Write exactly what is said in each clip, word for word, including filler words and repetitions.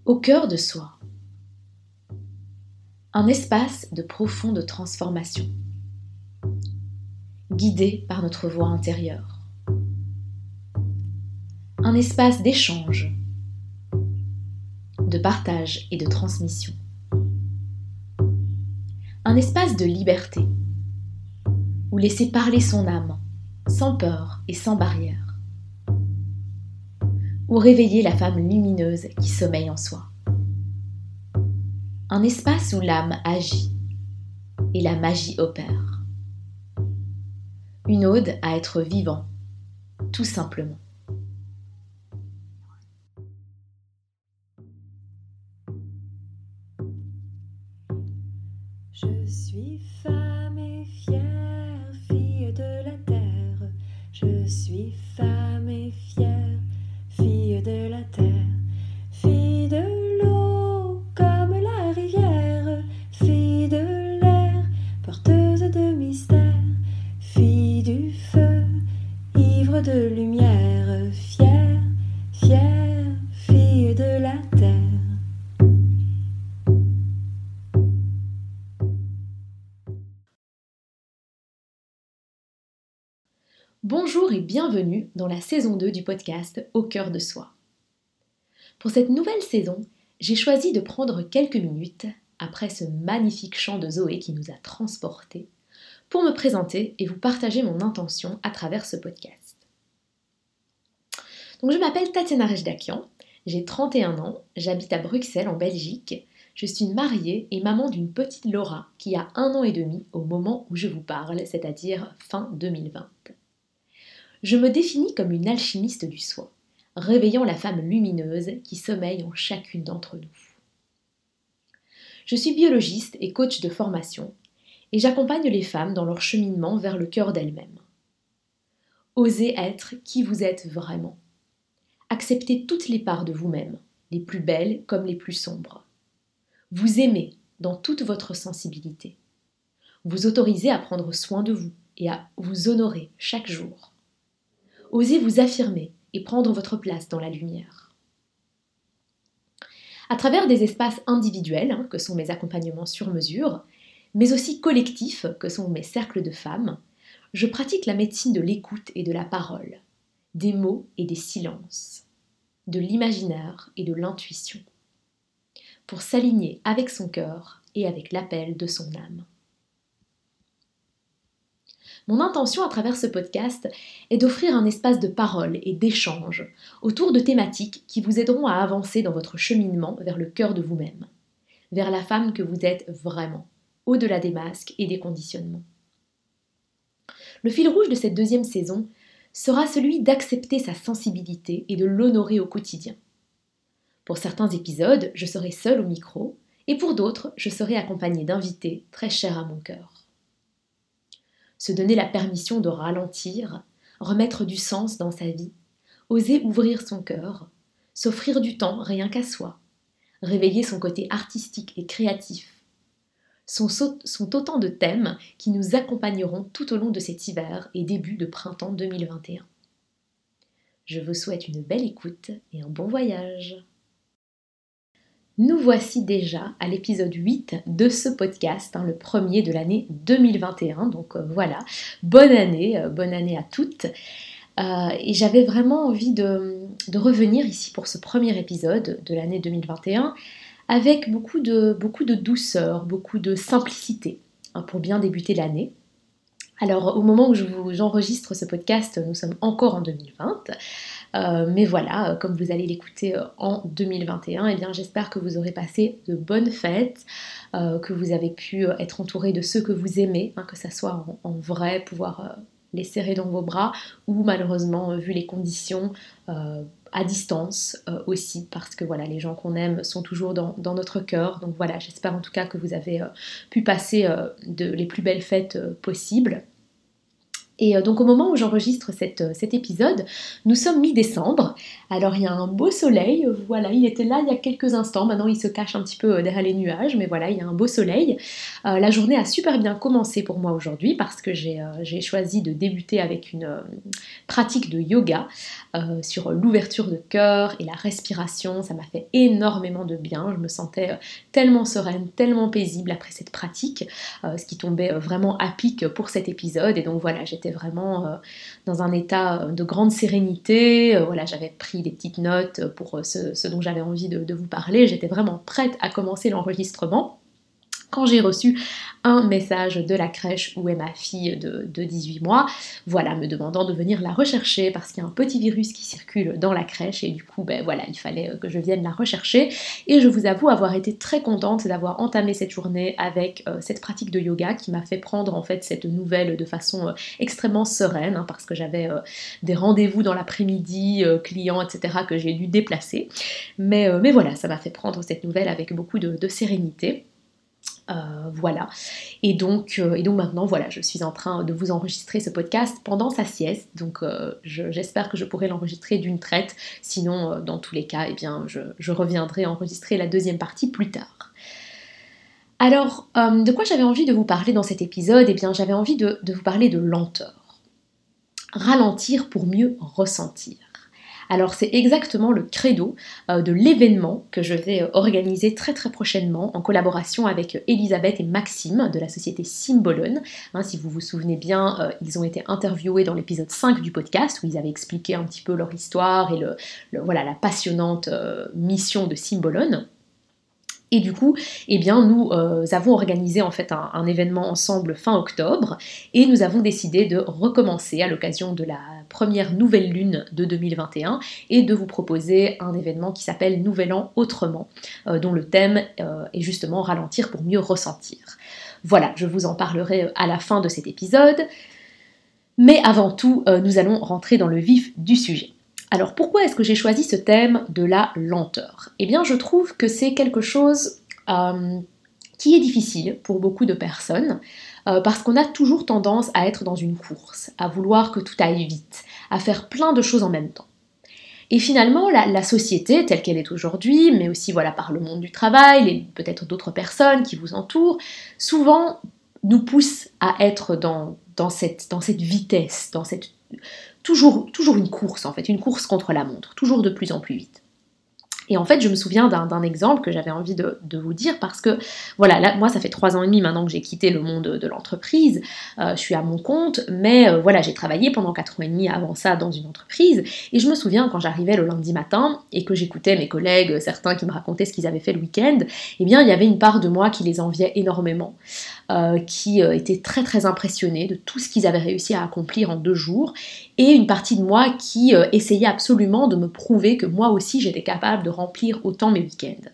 Au cœur de soi, un espace de profonde transformation, guidé par notre voix intérieure. Un espace d'échange, de partage et de transmission. Un espace de liberté, où laisser parler son âme, sans peur et sans barrière. Où réveiller la femme lumineuse qui sommeille en soi. Un espace où l'âme agit et la magie opère. Une ode à être vivant, tout simplement. Je suis femme et fière, fille de la terre. Je suis femme et fière, fille de la terre. Fille de l'eau comme la rivière, fille de l'air, porteuse de mystère. Fille du feu, ivre de lumière, fière, fière, fille de la terre. Bonjour et bienvenue dans la saison deux du podcast Au cœur de soi. Pour cette nouvelle saison, j'ai choisi de prendre quelques minutes, après ce magnifique chant de Zoé qui nous a transportés, pour me présenter et vous partager mon intention à travers ce podcast. Donc je m'appelle Tatiana Rejdakian, j'ai trente et un ans, j'habite à Bruxelles en Belgique, je suis mariée et maman d'une petite Laura qui a un an et demi au moment où je vous parle, c'est-à-dire fin deux mille vingt. Je me définis comme une alchimiste du soi, réveillant la femme lumineuse qui sommeille en chacune d'entre nous. Je suis biologiste et coach de formation, et j'accompagne les femmes dans leur cheminement vers le cœur d'elles-mêmes. Osez être qui vous êtes vraiment. Acceptez toutes les parts de vous-même, les plus belles comme les plus sombres. Vous aimez dans toute votre sensibilité. Vous autorisez à prendre soin de vous et à vous honorer chaque jour. Osez vous affirmer et prendre votre place dans la lumière. À travers des espaces individuels, hein, que sont mes accompagnements sur mesure, mais aussi collectifs, que sont mes cercles de femmes, je pratique la médecine de l'écoute et de la parole, des mots et des silences, de l'imaginaire et de l'intuition, pour s'aligner avec son cœur et avec l'appel de son âme. Mon intention à travers ce podcast est d'offrir un espace de parole et d'échange autour de thématiques qui vous aideront à avancer dans votre cheminement vers le cœur de vous-même, vers la femme que vous êtes vraiment, au-delà des masques et des conditionnements. Le fil rouge de cette deuxième saison sera celui d'accepter sa sensibilité et de l'honorer au quotidien. Pour certains épisodes, je serai seule au micro, et pour d'autres, je serai accompagnée d'invités très chers à mon cœur. Se donner la permission de ralentir, remettre du sens dans sa vie, oser ouvrir son cœur, s'offrir du temps rien qu'à soi, réveiller son côté artistique et créatif, sont, sont autant de thèmes qui nous accompagneront tout au long de cet hiver et début de printemps deux mille vingt et un. Je vous souhaite une belle écoute et un bon voyage. Nous voici déjà à l'épisode huit de ce podcast, hein, le premier de l'année deux mille vingt et un. Donc euh, voilà, bonne année, euh, bonne année à toutes. Euh, et j'avais vraiment envie de, de revenir ici pour ce premier épisode de l'année deux mille vingt et un avec beaucoup de, beaucoup de douceur, beaucoup de simplicité, hein, pour bien débuter l'année. Alors au moment où je vous, j'enregistre ce podcast, nous sommes encore en deux mille vingt. Euh, mais voilà, comme vous allez l'écouter en deux mille vingt et un, eh bien, j'espère que vous aurez passé de bonnes fêtes, euh, que vous avez pu être entouré de ceux que vous aimez, hein, que ça soit en, en vrai, pouvoir euh, les serrer dans vos bras, ou malheureusement, euh, vu les conditions, euh, à distance euh, aussi, parce que voilà, les gens qu'on aime sont toujours dans, dans notre cœur. Donc voilà, j'espère en tout cas que vous avez euh, pu passer euh, de, les plus belles fêtes euh, possibles. Et donc au moment où j'enregistre cette, cet épisode, nous sommes mi-décembre. Alors il y a un beau soleil, voilà, il était là il y a quelques instants, maintenant il se cache un petit peu derrière les nuages, mais voilà, il y a un beau soleil. Euh, la journée a super bien commencé pour moi aujourd'hui parce que j'ai, euh, j'ai choisi de débuter avec une euh, pratique de yoga euh, sur l'ouverture de cœur et la respiration. Ça m'a fait énormément de bien, je me sentais tellement sereine, tellement paisible après cette pratique, euh, ce qui tombait vraiment à pic pour cet épisode. Et donc voilà, j'étais vraiment euh, dans un état de grande sérénité, euh, voilà, j'avais pris des petites notes pour ce, ce dont j'avais envie de, de vous parler, j'étais vraiment prête à commencer l'enregistrement quand j'ai reçu un message de la crèche où est ma fille de, de dix-huit mois, voilà, me demandant de venir la rechercher parce qu'il y a un petit virus qui circule dans la crèche et du coup, ben voilà, il fallait que je vienne la rechercher. Et je vous avoue avoir été très contente d'avoir entamé cette journée avec euh, cette pratique de yoga qui m'a fait prendre en fait cette nouvelle de façon euh, extrêmement sereine, hein, parce que j'avais euh, des rendez-vous dans l'après-midi, euh, clients, et cetera que j'ai dû déplacer. Mais, euh, mais voilà, ça m'a fait prendre cette nouvelle avec beaucoup de, de sérénité. Euh, voilà, et donc, euh, et donc maintenant voilà, je suis en train de vous enregistrer ce podcast pendant sa sieste, donc euh, je, j'espère que je pourrai l'enregistrer d'une traite, sinon euh, dans tous les cas, eh bien, je, je reviendrai enregistrer la deuxième partie plus tard. Alors, euh, de quoi j'avais envie de vous parler dans cet épisode? Eh bien, j'avais envie de, de vous parler de lenteur. Ralentir pour mieux ressentir. Alors c'est exactement le credo euh, de l'événement que je vais euh, organiser très très prochainement en collaboration avec Elisabeth et Maxime de la société Symbolone. Hein, si vous vous souvenez bien, euh, ils ont été interviewés dans l'épisode cinq du podcast où ils avaient expliqué un petit peu leur histoire et le, le, voilà, la passionnante euh, mission de Symbolone. Et du coup, eh bien, nous euh, avons organisé en fait un, un événement ensemble fin octobre et nous avons décidé de recommencer à l'occasion de la première nouvelle lune de deux mille vingt et un et de vous proposer un événement qui s'appelle Nouvel An Autrement, euh, dont le thème euh, est justement ralentir pour mieux ressentir. Voilà, je vous en parlerai à la fin de cet épisode, mais avant tout, euh, nous allons rentrer dans le vif du sujet. Alors pourquoi est-ce que j'ai choisi ce thème de la lenteur? Eh bien je trouve que c'est quelque chose euh, qui est difficile pour beaucoup de personnes euh, parce qu'on a toujours tendance à être dans une course, à vouloir que tout aille vite, à faire plein de choses en même temps. Et finalement, la, la société telle qu'elle est aujourd'hui, mais aussi voilà, par le monde du travail, et peut-être d'autres personnes qui vous entourent, souvent nous pousse à être dans, dans, cette, dans cette vitesse, dans cette... Toujours, toujours une course en fait, une course contre la montre, toujours de plus en plus vite. Et en fait, je me souviens d'un, d'un exemple que j'avais envie de, de vous dire parce que, voilà, là, moi, ça fait trois ans et demi maintenant que j'ai quitté le monde de l'entreprise, euh, je suis à mon compte, mais euh, voilà, j'ai travaillé pendant quatre ans et demi avant ça dans une entreprise, et je me souviens quand j'arrivais le lundi matin et que j'écoutais mes collègues, certains qui me racontaient ce qu'ils avaient fait le week-end, eh bien, il y avait une part de moi qui les enviait énormément, euh, qui euh, était très très impressionnée de tout ce qu'ils avaient réussi à accomplir en deux jours, et une partie de moi qui euh, essayait absolument de me prouver que moi aussi j'étais capable de remplir autant mes week-ends.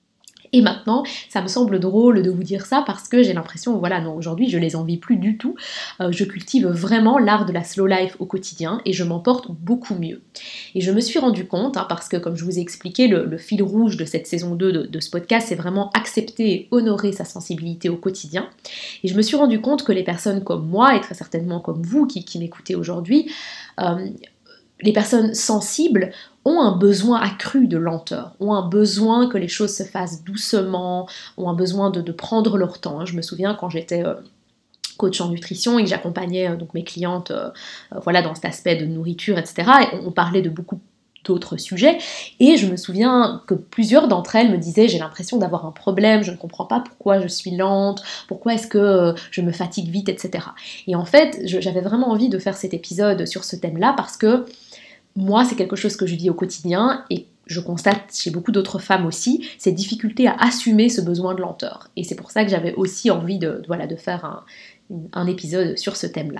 Et maintenant, ça me semble drôle de vous dire ça parce que j'ai l'impression, voilà, non, aujourd'hui je les envie plus du tout. Euh, je cultive vraiment l'art de la slow life au quotidien et je m'en porte beaucoup mieux. Et je me suis rendu compte, hein, parce que comme je vous ai expliqué, le, le fil rouge de cette saison deux de, de ce podcast, c'est vraiment accepter et honorer sa sensibilité au quotidien. Et je me suis rendu compte que les personnes comme moi, et très certainement comme vous qui, qui m'écoutez aujourd'hui, euh, les personnes sensibles ont un besoin accru de lenteur, ont un besoin que les choses se fassent doucement, ont un besoin de, de prendre leur temps. Je me souviens quand j'étais euh, coach en nutrition et que j'accompagnais euh, donc mes clientes euh, euh, voilà, dans cet aspect de nourriture, et cetera. Et on, on parlait de beaucoup d'autres sujets, et je me souviens que plusieurs d'entre elles me disaient « j'ai l'impression d'avoir un problème, je ne comprends pas pourquoi je suis lente, pourquoi est-ce que je me fatigue vite, et cetera » Et en fait, je, j'avais vraiment envie de faire cet épisode sur ce thème-là parce que moi, c'est quelque chose que je vis au quotidien et je constate chez beaucoup d'autres femmes aussi, cette difficulté à assumer ce besoin de lenteur. Et c'est pour ça que j'avais aussi envie de, de, voilà, de faire un, un épisode sur ce thème-là.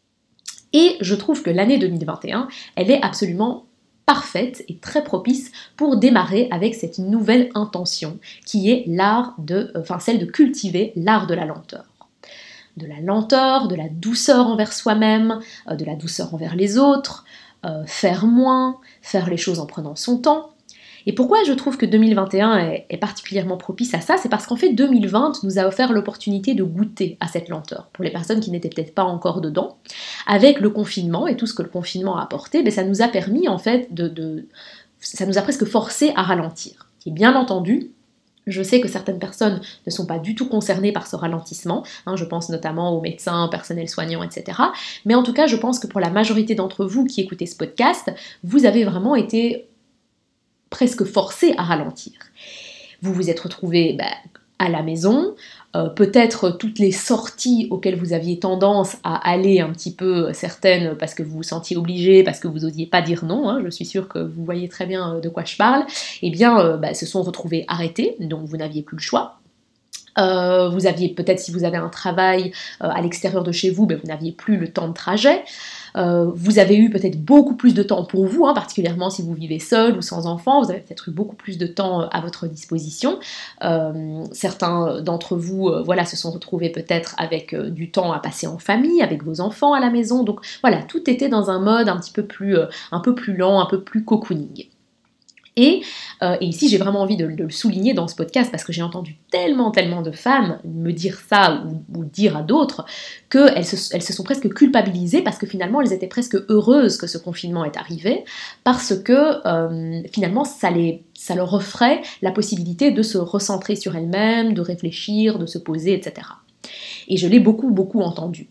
Et je trouve que l'année deux mille vingt et un, elle est absolument parfaite et très propice pour démarrer avec cette nouvelle intention qui est l'art de, enfin celle de cultiver l'art de la lenteur. De la lenteur, de la douceur envers soi-même, de la douceur envers les autres, Euh, faire moins, faire les choses en prenant son temps. Et pourquoi je trouve que deux mille vingt et un est, est particulièrement propice à ça? C'est parce qu'en fait deux mille vingt nous a offert l'opportunité de goûter à cette lenteur. Pour les personnes qui n'étaient peut-être pas encore dedans, avec le confinement et tout ce que le confinement a apporté, ben ça nous a permis en fait de, de... ça nous a presque forcé à ralentir. Et bien entendu, je sais que certaines personnes ne sont pas du tout concernées par ce ralentissement, hein, je pense notamment aux médecins, personnels soignants, et cetera. Mais en tout cas, je pense que pour la majorité d'entre vous qui écoutez ce podcast, vous avez vraiment été presque forcés à ralentir. Vous vous êtes retrouvés bah, à la maison, euh, peut-être toutes les sorties auxquelles vous aviez tendance à aller un petit peu, certaines parce que vous vous sentiez obligé, parce que vous n'osiez pas dire non, hein, je suis sûre que vous voyez très bien de quoi je parle, eh bien euh, bah, se sont retrouvées arrêtées, donc vous n'aviez plus le choix. Euh, vous aviez peut-être, si vous avez un travail euh, à l'extérieur de chez vous, ben, vous n'aviez plus le temps de trajet. Euh, vous avez eu peut-être beaucoup plus de temps pour vous, hein, particulièrement si vous vivez seul ou sans enfant, vous avez peut-être eu beaucoup plus de temps à votre disposition. Euh, certains d'entre vous euh, voilà, se sont retrouvés peut-être avec euh, du temps à passer en famille, avec vos enfants à la maison. Donc voilà, tout était dans un mode un petit peu plus, euh, un peu plus lent, un peu plus cocooning. Et, euh, et ici, j'ai vraiment envie de, de le souligner dans ce podcast parce que j'ai entendu tellement, tellement de femmes me dire ça ou, ou dire à d'autres qu'elles se, elles se sont presque culpabilisées parce que finalement, elles étaient presque heureuses que ce confinement est arrivé parce que euh, finalement, ça, les, ça leur offrait la possibilité de se recentrer sur elles-mêmes, de réfléchir, de se poser, et cetera. Et je l'ai beaucoup, beaucoup entendu.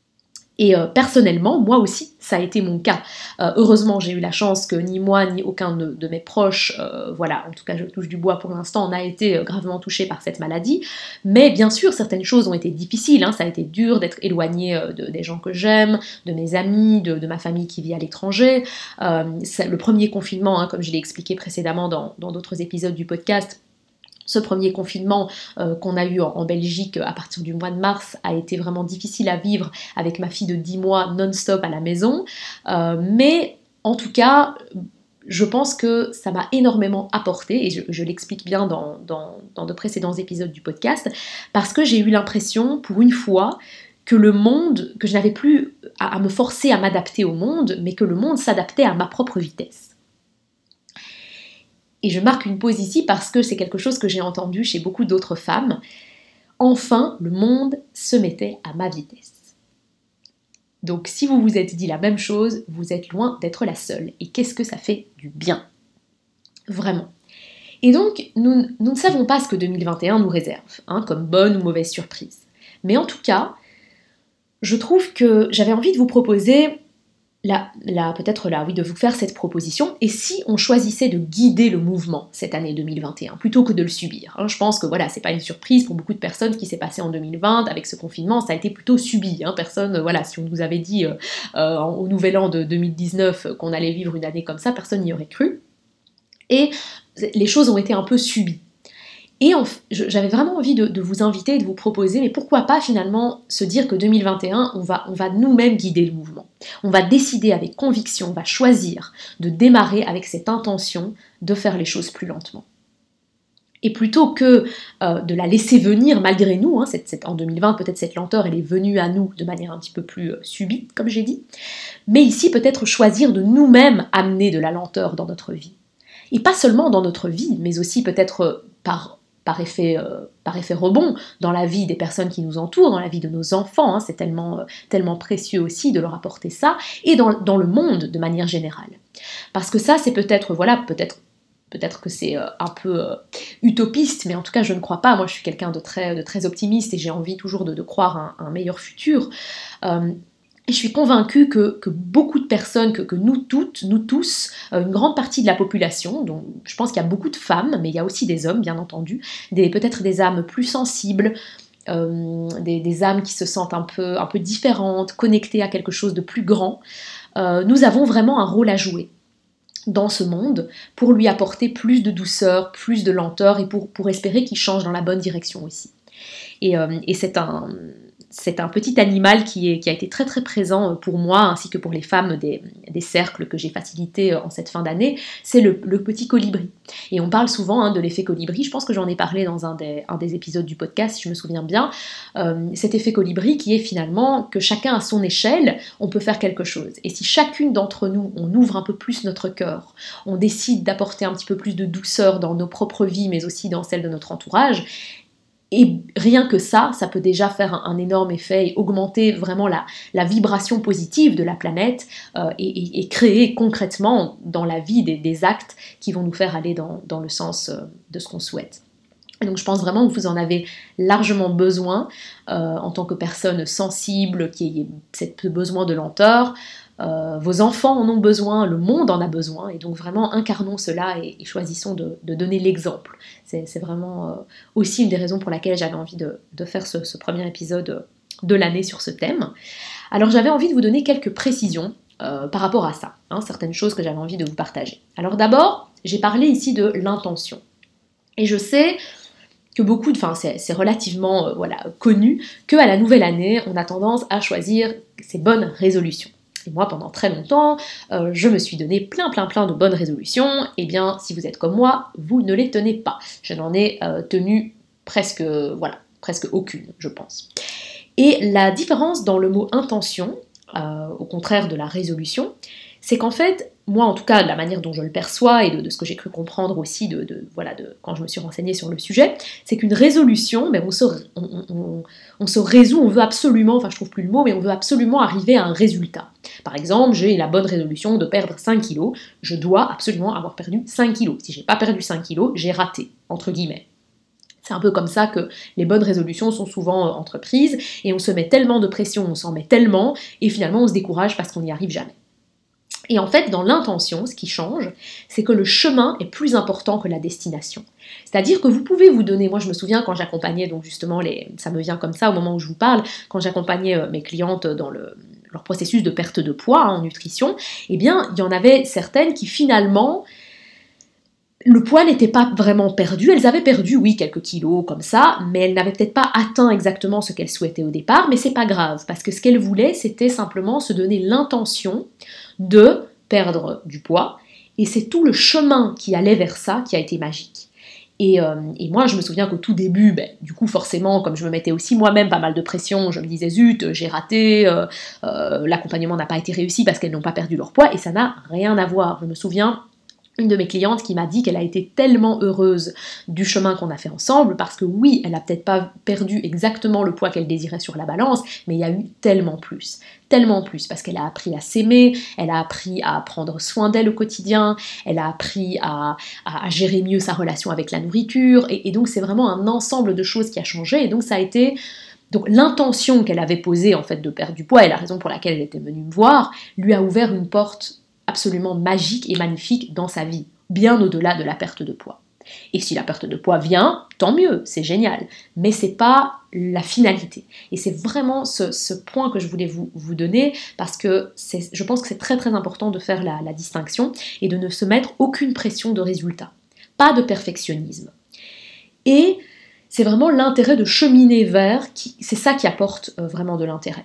Et euh, personnellement, moi aussi, ça a été mon cas. Euh, heureusement, j'ai eu la chance que ni moi, ni aucun de, de mes proches, euh, voilà, en tout cas je touche du bois pour l'instant, n'a été euh, gravement touché par cette maladie. Mais bien sûr, certaines choses ont été difficiles, hein, ça a été dur d'être éloigné euh, de, des gens que j'aime, de mes amis, de, de ma famille qui vit à l'étranger. Euh, le premier confinement, hein, comme je l'ai expliqué précédemment dans, dans d'autres épisodes du podcast, ce premier confinement euh, qu'on a eu en, en Belgique à partir du mois de mars a été vraiment difficile à vivre avec ma fille de dix mois non-stop à la maison. Euh, mais en tout cas, je pense que ça m'a énormément apporté, et je, je l'explique bien dans, dans, dans de précédents épisodes du podcast, parce que j'ai eu l'impression, pour une fois, que le monde, que je n'avais plus à, à me forcer à m'adapter au monde, mais que le monde s'adaptait à ma propre vitesse. Et je marque une pause ici parce que c'est quelque chose que j'ai entendu chez beaucoup d'autres femmes. Enfin, le monde se mettait à ma vitesse. Donc si vous vous êtes dit la même chose, vous êtes loin d'être la seule. Et qu'est-ce que ça fait du bien? Vraiment. Et donc, nous, nous ne savons pas ce que deux mille vingt et un nous réserve, hein, comme bonne ou mauvaise surprise. Mais en tout cas, je trouve que j'avais envie de vous proposer... Là, là, peut-être là, oui, de vous faire cette proposition, et si on choisissait de guider le mouvement cette année deux mille vingt et un, plutôt que de le subir, hein, je pense que voilà, c'est pas une surprise pour beaucoup de personnes ce qui s'est passé en deux mille vingt, avec ce confinement, ça a été plutôt subi, hein, personne, voilà, si on nous avait dit euh, euh, au nouvel an de deux mille dix-neuf qu'on allait vivre une année comme ça, personne n'y aurait cru, et les choses ont été un peu subies. Et en, j'avais vraiment envie de, de vous inviter et de vous proposer, mais pourquoi pas finalement se dire que deux mille vingt et un, on va, on va nous-mêmes guider le mouvement. On va décider avec conviction, on va choisir de démarrer avec cette intention de faire les choses plus lentement. Et plutôt que euh, de la laisser venir malgré nous, hein, cette, cette, en deux mille vingt, peut-être cette lenteur, elle est venue à nous de manière un petit peu plus euh, subite, comme j'ai dit, mais ici peut-être choisir de nous-mêmes amener de la lenteur dans notre vie. Et pas seulement dans notre vie, mais aussi peut-être euh, par... Par effet, euh, par effet rebond dans la vie des personnes qui nous entourent, dans la vie de nos enfants, hein, c'est tellement, euh, tellement précieux aussi de leur apporter ça, et dans, dans le monde de manière générale. Parce que ça, c'est peut-être, voilà, peut-être, peut-être que c'est euh, un peu euh, utopiste, mais en tout cas, je ne crois pas. Moi, je suis quelqu'un de très, de très optimiste et j'ai envie toujours de, de croire à un, un meilleur futur. Euh, Et je suis convaincue que, que beaucoup de personnes, que, que nous toutes, nous tous, euh, une grande partie de la population, donc je pense qu'il y a beaucoup de femmes, mais il y a aussi des hommes, bien entendu, des, peut-être des âmes plus sensibles, euh, des, des âmes qui se sentent un peu, un peu différentes, connectées à quelque chose de plus grand. Euh, nous avons vraiment un rôle à jouer dans ce monde pour lui apporter plus de douceur, plus de lenteur et pour, pour espérer qu'il change dans la bonne direction aussi. Et, euh, et c'est un... C'est un petit animal qui, est, qui a été très très présent pour moi, ainsi que pour les femmes des, des cercles que j'ai facilités en cette fin d'année, c'est le, le petit colibri. Et on parle souvent hein, de l'effet colibri, je pense que j'en ai parlé dans un des, un des épisodes du podcast, si je me souviens bien, euh, cet effet colibri qui est finalement que chacun à son échelle, on peut faire quelque chose. Et si chacune d'entre nous, on ouvre un peu plus notre cœur, on décide d'apporter un petit peu plus de douceur dans nos propres vies, mais aussi dans celle de notre entourage, et rien que ça, ça peut déjà faire un, un énorme effet et augmenter vraiment la, la vibration positive de la planète euh, et, et, et créer concrètement dans la vie des, des actes qui vont nous faire aller dans, dans le sens euh, de ce qu'on souhaite. Et donc je pense vraiment que vous en avez largement besoin euh, en tant que personne sensible qui a ce besoin de lenteur. Euh, vos enfants en ont besoin, le monde en a besoin, et donc vraiment incarnons cela et, et choisissons de, de donner l'exemple. C'est, c'est vraiment euh, aussi une des raisons pour laquelle j'avais envie de, de faire ce, ce premier épisode de l'année sur ce thème. Alors j'avais envie de vous donner quelques précisions euh, par rapport à ça, hein, certaines choses que j'avais envie de vous partager. Alors d'abord, j'ai parlé ici de l'intention. Et je sais que beaucoup, de, enfin c'est, c'est relativement euh, voilà, connu, qu'à la nouvelle année, on a tendance à choisir ces bonnes résolutions. Et moi, pendant très longtemps, euh, je me suis donné plein, plein, plein de bonnes résolutions. Eh bien, si vous êtes comme moi, vous ne les tenez pas. Je n'en ai euh, tenu presque, voilà, presque aucune, je pense. Et la différence dans le mot intention, euh, au contraire de la résolution, c'est qu'en fait, moi en tout cas, de la manière dont je le perçois et de, de ce que j'ai cru comprendre aussi de, de, voilà, de, quand je me suis renseignée sur le sujet, c'est qu'une résolution, ben, on, se, on, on, on se résout, on veut absolument, enfin je trouve plus le mot, mais on veut absolument arriver à un résultat. Par exemple, j'ai la bonne résolution de perdre cinq kilos, je dois absolument avoir perdu cinq kilos. Si j'ai pas perdu cinq kilos, j'ai raté, entre guillemets. C'est un peu comme ça que les bonnes résolutions sont souvent euh, entreprises, et on se met tellement de pression, on s'en met tellement, et finalement on se décourage parce qu'on n'y arrive jamais. Et en fait, dans l'intention, ce qui change, c'est que le chemin est plus important que la destination. C'est-à-dire que vous pouvez vous donner, moi je me souviens quand j'accompagnais, donc justement, les, ça me vient comme ça au moment où je vous parle, quand j'accompagnais euh, mes clientes dans le, leur processus de perte de poids hein, en nutrition, eh bien, il y en avait certaines qui finalement, le poids n'était pas vraiment perdu, elles avaient perdu, oui, quelques kilos comme ça, mais elles n'avaient peut-être pas atteint exactement ce qu'elles souhaitaient au départ, mais c'est pas grave, parce que ce qu'elles voulaient, c'était simplement se donner l'intention de perdre du poids, et c'est tout le chemin qui allait vers ça qui a été magique. Et, euh, et moi, je me souviens qu'au tout début, ben, du coup, forcément, comme je me mettais aussi moi-même pas mal de pression, je me disais, zut, j'ai raté, euh, euh, l'accompagnement n'a pas été réussi parce qu'elles n'ont pas perdu leur poids, et ça n'a rien à voir. Je me souviens une de mes clientes qui m'a dit qu'elle a été tellement heureuse du chemin qu'on a fait ensemble, parce que oui, elle n'a peut-être pas perdu exactement le poids qu'elle désirait sur la balance, mais il y a eu tellement plus, tellement plus, parce qu'elle a appris à s'aimer, elle a appris à prendre soin d'elle au quotidien, elle a appris à, à, à gérer mieux sa relation avec la nourriture, et, et donc c'est vraiment un ensemble de choses qui a changé, et donc ça a été... Donc l'intention qu'elle avait posée en fait de perdre du poids, et la raison pour laquelle elle était venue me voir, lui a ouvert une porte absolument magique et magnifique dans sa vie, bien au-delà de la perte de poids. Et si la perte de poids vient, tant mieux, c'est génial, mais c'est pas la finalité. Et c'est vraiment ce, ce point que je voulais vous, vous donner, parce que c'est, je pense que c'est très très important de faire la, la distinction et de ne se mettre aucune pression de résultat, pas de perfectionnisme. Et c'est vraiment l'intérêt de cheminer vers, qui, c'est ça qui apporte euh, vraiment de l'intérêt.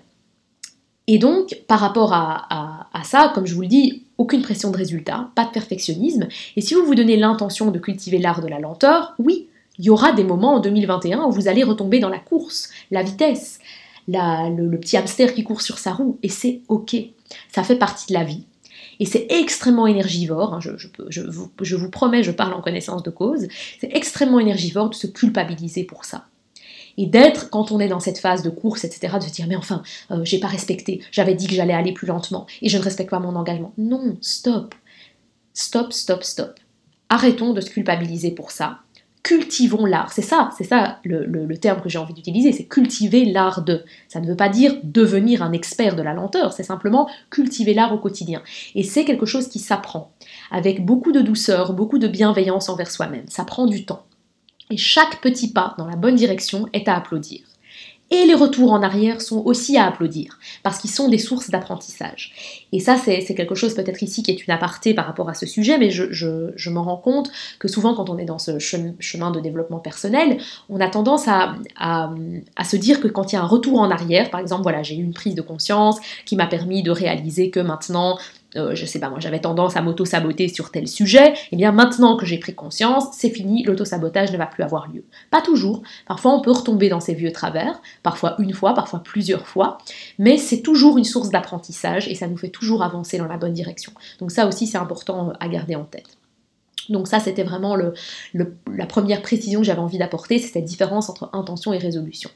Et donc, par rapport à, à, à ça, comme je vous le dis, aucune pression de résultat, pas de perfectionnisme, et si vous vous donnez l'intention de cultiver l'art de la lenteur, oui, il y aura des moments en deux mille vingt et un où vous allez retomber dans la course, la vitesse, la, le, le petit hamster qui court sur sa roue, et c'est ok, ça fait partie de la vie. Et c'est extrêmement énergivore, hein, je, je, peux, je, vous, je vous promets, je parle en connaissance de cause, c'est extrêmement énergivore de se culpabiliser pour ça. Et d'être, quand on est dans cette phase de course, et cetera, de se dire, mais enfin, euh, j'ai pas respecté, j'avais dit que j'allais aller plus lentement, et je ne respecte pas mon engagement. Non, stop, stop, stop, stop. Arrêtons de se culpabiliser pour ça. Cultivons l'art, c'est ça, c'est ça le, le, le terme que j'ai envie d'utiliser, c'est cultiver l'art de. Ça ne veut pas dire devenir un expert de la lenteur, c'est simplement cultiver l'art au quotidien. Et c'est quelque chose qui s'apprend, avec beaucoup de douceur, beaucoup de bienveillance envers soi-même. Ça prend du temps. Et chaque petit pas dans la bonne direction est à applaudir. Et les retours en arrière sont aussi à applaudir, parce qu'ils sont des sources d'apprentissage. Et ça, c'est, c'est quelque chose peut-être ici qui est une aparté par rapport à ce sujet, mais je, je, je m'en rends compte que souvent quand on est dans ce chemin de développement personnel, on a tendance à, à, à se dire que quand il y a un retour en arrière, par exemple, voilà, j'ai eu une prise de conscience qui m'a permis de réaliser que maintenant, Euh, je sais pas moi, j'avais tendance à m'auto-saboter sur tel sujet, et bien maintenant que j'ai pris conscience, c'est fini, l'auto-sabotage ne va plus avoir lieu. Pas toujours, parfois on peut retomber dans ces vieux travers, parfois une fois, parfois plusieurs fois, mais c'est toujours une source d'apprentissage et ça nous fait toujours avancer dans la bonne direction. Donc ça aussi c'est important à garder en tête. Donc ça c'était vraiment le, le, la première précision que j'avais envie d'apporter, c'est cette différence entre intention et résolution.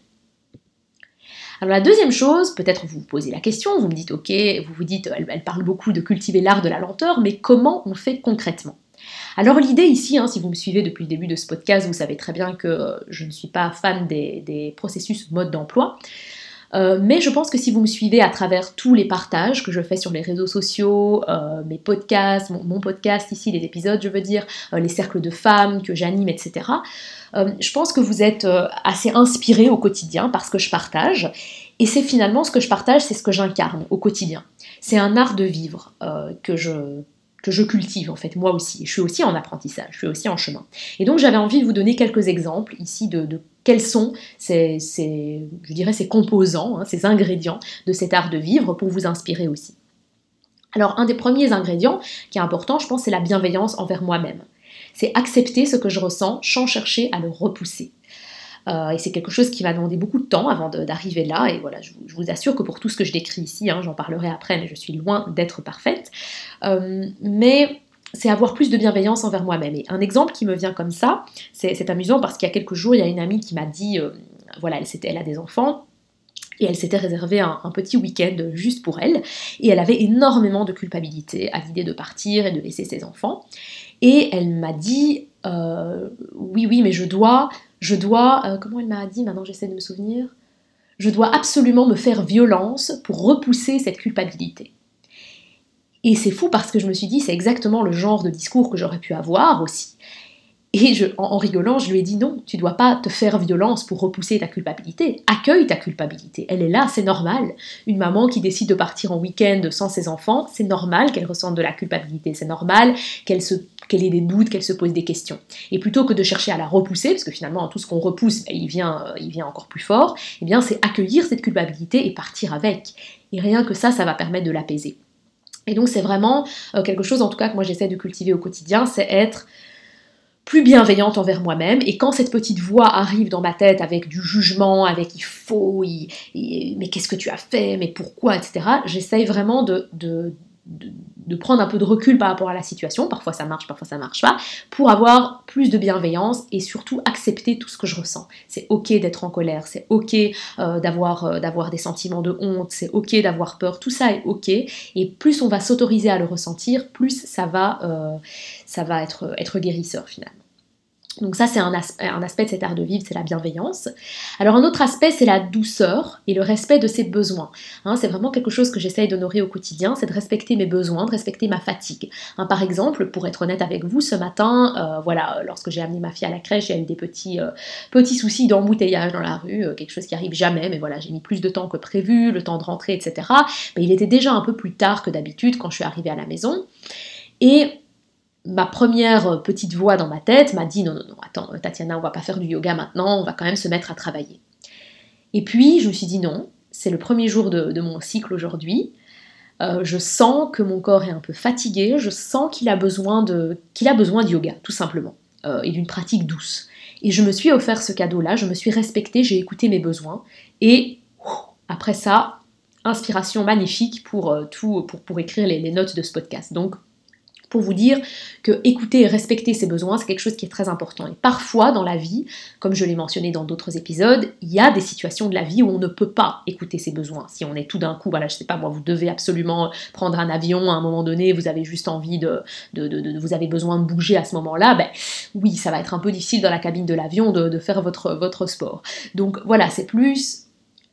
Alors la deuxième chose, peut-être vous vous posez la question, vous me dites ok, vous vous dites elle, elle parle beaucoup de cultiver l'art de la lenteur, mais comment on fait concrètement ? Alors l'idée ici, hein, si vous me suivez depuis le début de ce podcast, vous savez très bien que je ne suis pas fan des, des processus mode d'emploi, euh, mais je pense que si vous me suivez à travers tous les partages que je fais sur les réseaux sociaux, euh, mes podcasts, mon, mon podcast ici, les épisodes je veux dire, euh, les cercles de femmes que j'anime, et cetera, Euh, je pense que vous êtes euh, assez inspirés au quotidien par ce que je partage, et c'est finalement ce que je partage, c'est ce que j'incarne au quotidien. C'est un art de vivre euh, que, je, que je cultive en fait, moi aussi. Je suis aussi en apprentissage, je suis aussi en chemin. Et donc j'avais envie de vous donner quelques exemples ici de, de quels sont ces, ces, je dirais ces composants, hein, ces ingrédients de cet art de vivre pour vous inspirer aussi. Alors un des premiers ingrédients qui est important, je pense, c'est la bienveillance envers moi-même. C'est accepter ce que je ressens sans chercher à le repousser. Euh, et c'est quelque chose qui m'a demandé beaucoup de temps avant de, d'arriver là, et voilà, je vous, je vous assure que pour tout ce que je décris ici, hein, j'en parlerai après, mais je suis loin d'être parfaite, euh, mais c'est avoir plus de bienveillance envers moi-même. Et un exemple qui me vient comme ça, c'est, c'est amusant parce qu'il y a quelques jours, il y a une amie qui m'a dit, euh, voilà, elle, elle a des enfants, et elle s'était réservé un, un petit week-end juste pour elle, et elle avait énormément de culpabilité à l'idée de partir et de laisser ses enfants. Et elle m'a dit, euh, oui, oui, mais je dois, je dois, euh, comment elle m'a dit, maintenant j'essaie de me souvenir, je dois absolument me faire violence pour repousser cette culpabilité. Et c'est fou parce que je me suis dit, c'est exactement le genre de discours que j'aurais pu avoir aussi. Et je, en, en rigolant, je lui ai dit non, tu dois pas te faire violence pour repousser ta culpabilité. Accueille ta culpabilité, elle est là, c'est normal. Une maman qui décide de partir en week-end sans ses enfants, c'est normal qu'elle ressente de la culpabilité, c'est normal qu'elle, se, qu'elle ait des doutes, qu'elle se pose des questions. Et plutôt que de chercher à la repousser, parce que finalement tout ce qu'on repousse, ben, il, vient, euh, il vient encore plus fort, eh bien c'est accueillir cette culpabilité et partir avec. Et rien que ça, ça va permettre de l'apaiser. Et donc c'est vraiment euh, quelque chose en tout cas que moi j'essaie de cultiver au quotidien, c'est être plus bienveillante envers moi-même, et quand cette petite voix arrive dans ma tête avec du jugement, avec il faut, il, il, mais qu'est-ce que tu as fait, mais pourquoi, et cetera, j'essaye vraiment de, de, de, de prendre un peu de recul par rapport à la situation, parfois ça marche, parfois ça marche pas, pour avoir plus de bienveillance et surtout accepter tout ce que je ressens. C'est ok d'être en colère, c'est ok euh, d'avoir, euh, d'avoir des sentiments de honte, c'est ok d'avoir peur, tout ça est ok, et plus on va s'autoriser à le ressentir, plus ça va, euh, ça va être, être guérisseur finalement. Donc ça c'est un, as- un aspect de cet art de vivre, c'est la bienveillance. Alors un autre aspect c'est la douceur et le respect de ses besoins. Hein, c'est vraiment quelque chose que j'essaye d'honorer au quotidien, c'est de respecter mes besoins, de respecter ma fatigue. Hein, par exemple, pour être honnête avec vous, ce matin, euh, voilà, lorsque j'ai amené ma fille à la crèche, il y a eu des petits, euh, petits soucis d'embouteillage dans la rue, euh, quelque chose qui arrive jamais, mais voilà, j'ai mis plus de temps que prévu, le temps de rentrer, et cetera. Mais il était déjà un peu plus tard que d'habitude quand je suis arrivée à la maison. Et ma première petite voix dans ma tête m'a dit non, non, non, attends, Tatiana, on va pas faire du yoga maintenant, on va quand même se mettre à travailler. Et puis, je me suis dit non, c'est le premier jour de, de mon cycle aujourd'hui, euh, je sens que mon corps est un peu fatigué, je sens qu'il a besoin de, qu'il a besoin de yoga, tout simplement, euh, et d'une pratique douce. Et je me suis offert ce cadeau-là, je me suis respectée, j'ai écouté mes besoins, et après ça, inspiration magnifique pour, euh, tout, pour, pour écrire les, les notes de ce podcast. Donc, pour vous dire que écouter et respecter ses besoins, c'est quelque chose qui est très important. Et parfois, dans la vie, comme je l'ai mentionné dans d'autres épisodes, il y a des situations de la vie où on ne peut pas écouter ses besoins. Si on est tout d'un coup, voilà, je sais pas moi, vous devez absolument prendre un avion à un moment donné, vous avez juste envie de, de, de, de vous avez besoin de bouger à ce moment-là, ben oui, ça va être un peu difficile dans la cabine de l'avion de, de faire votre, votre sport. Donc voilà, c'est plus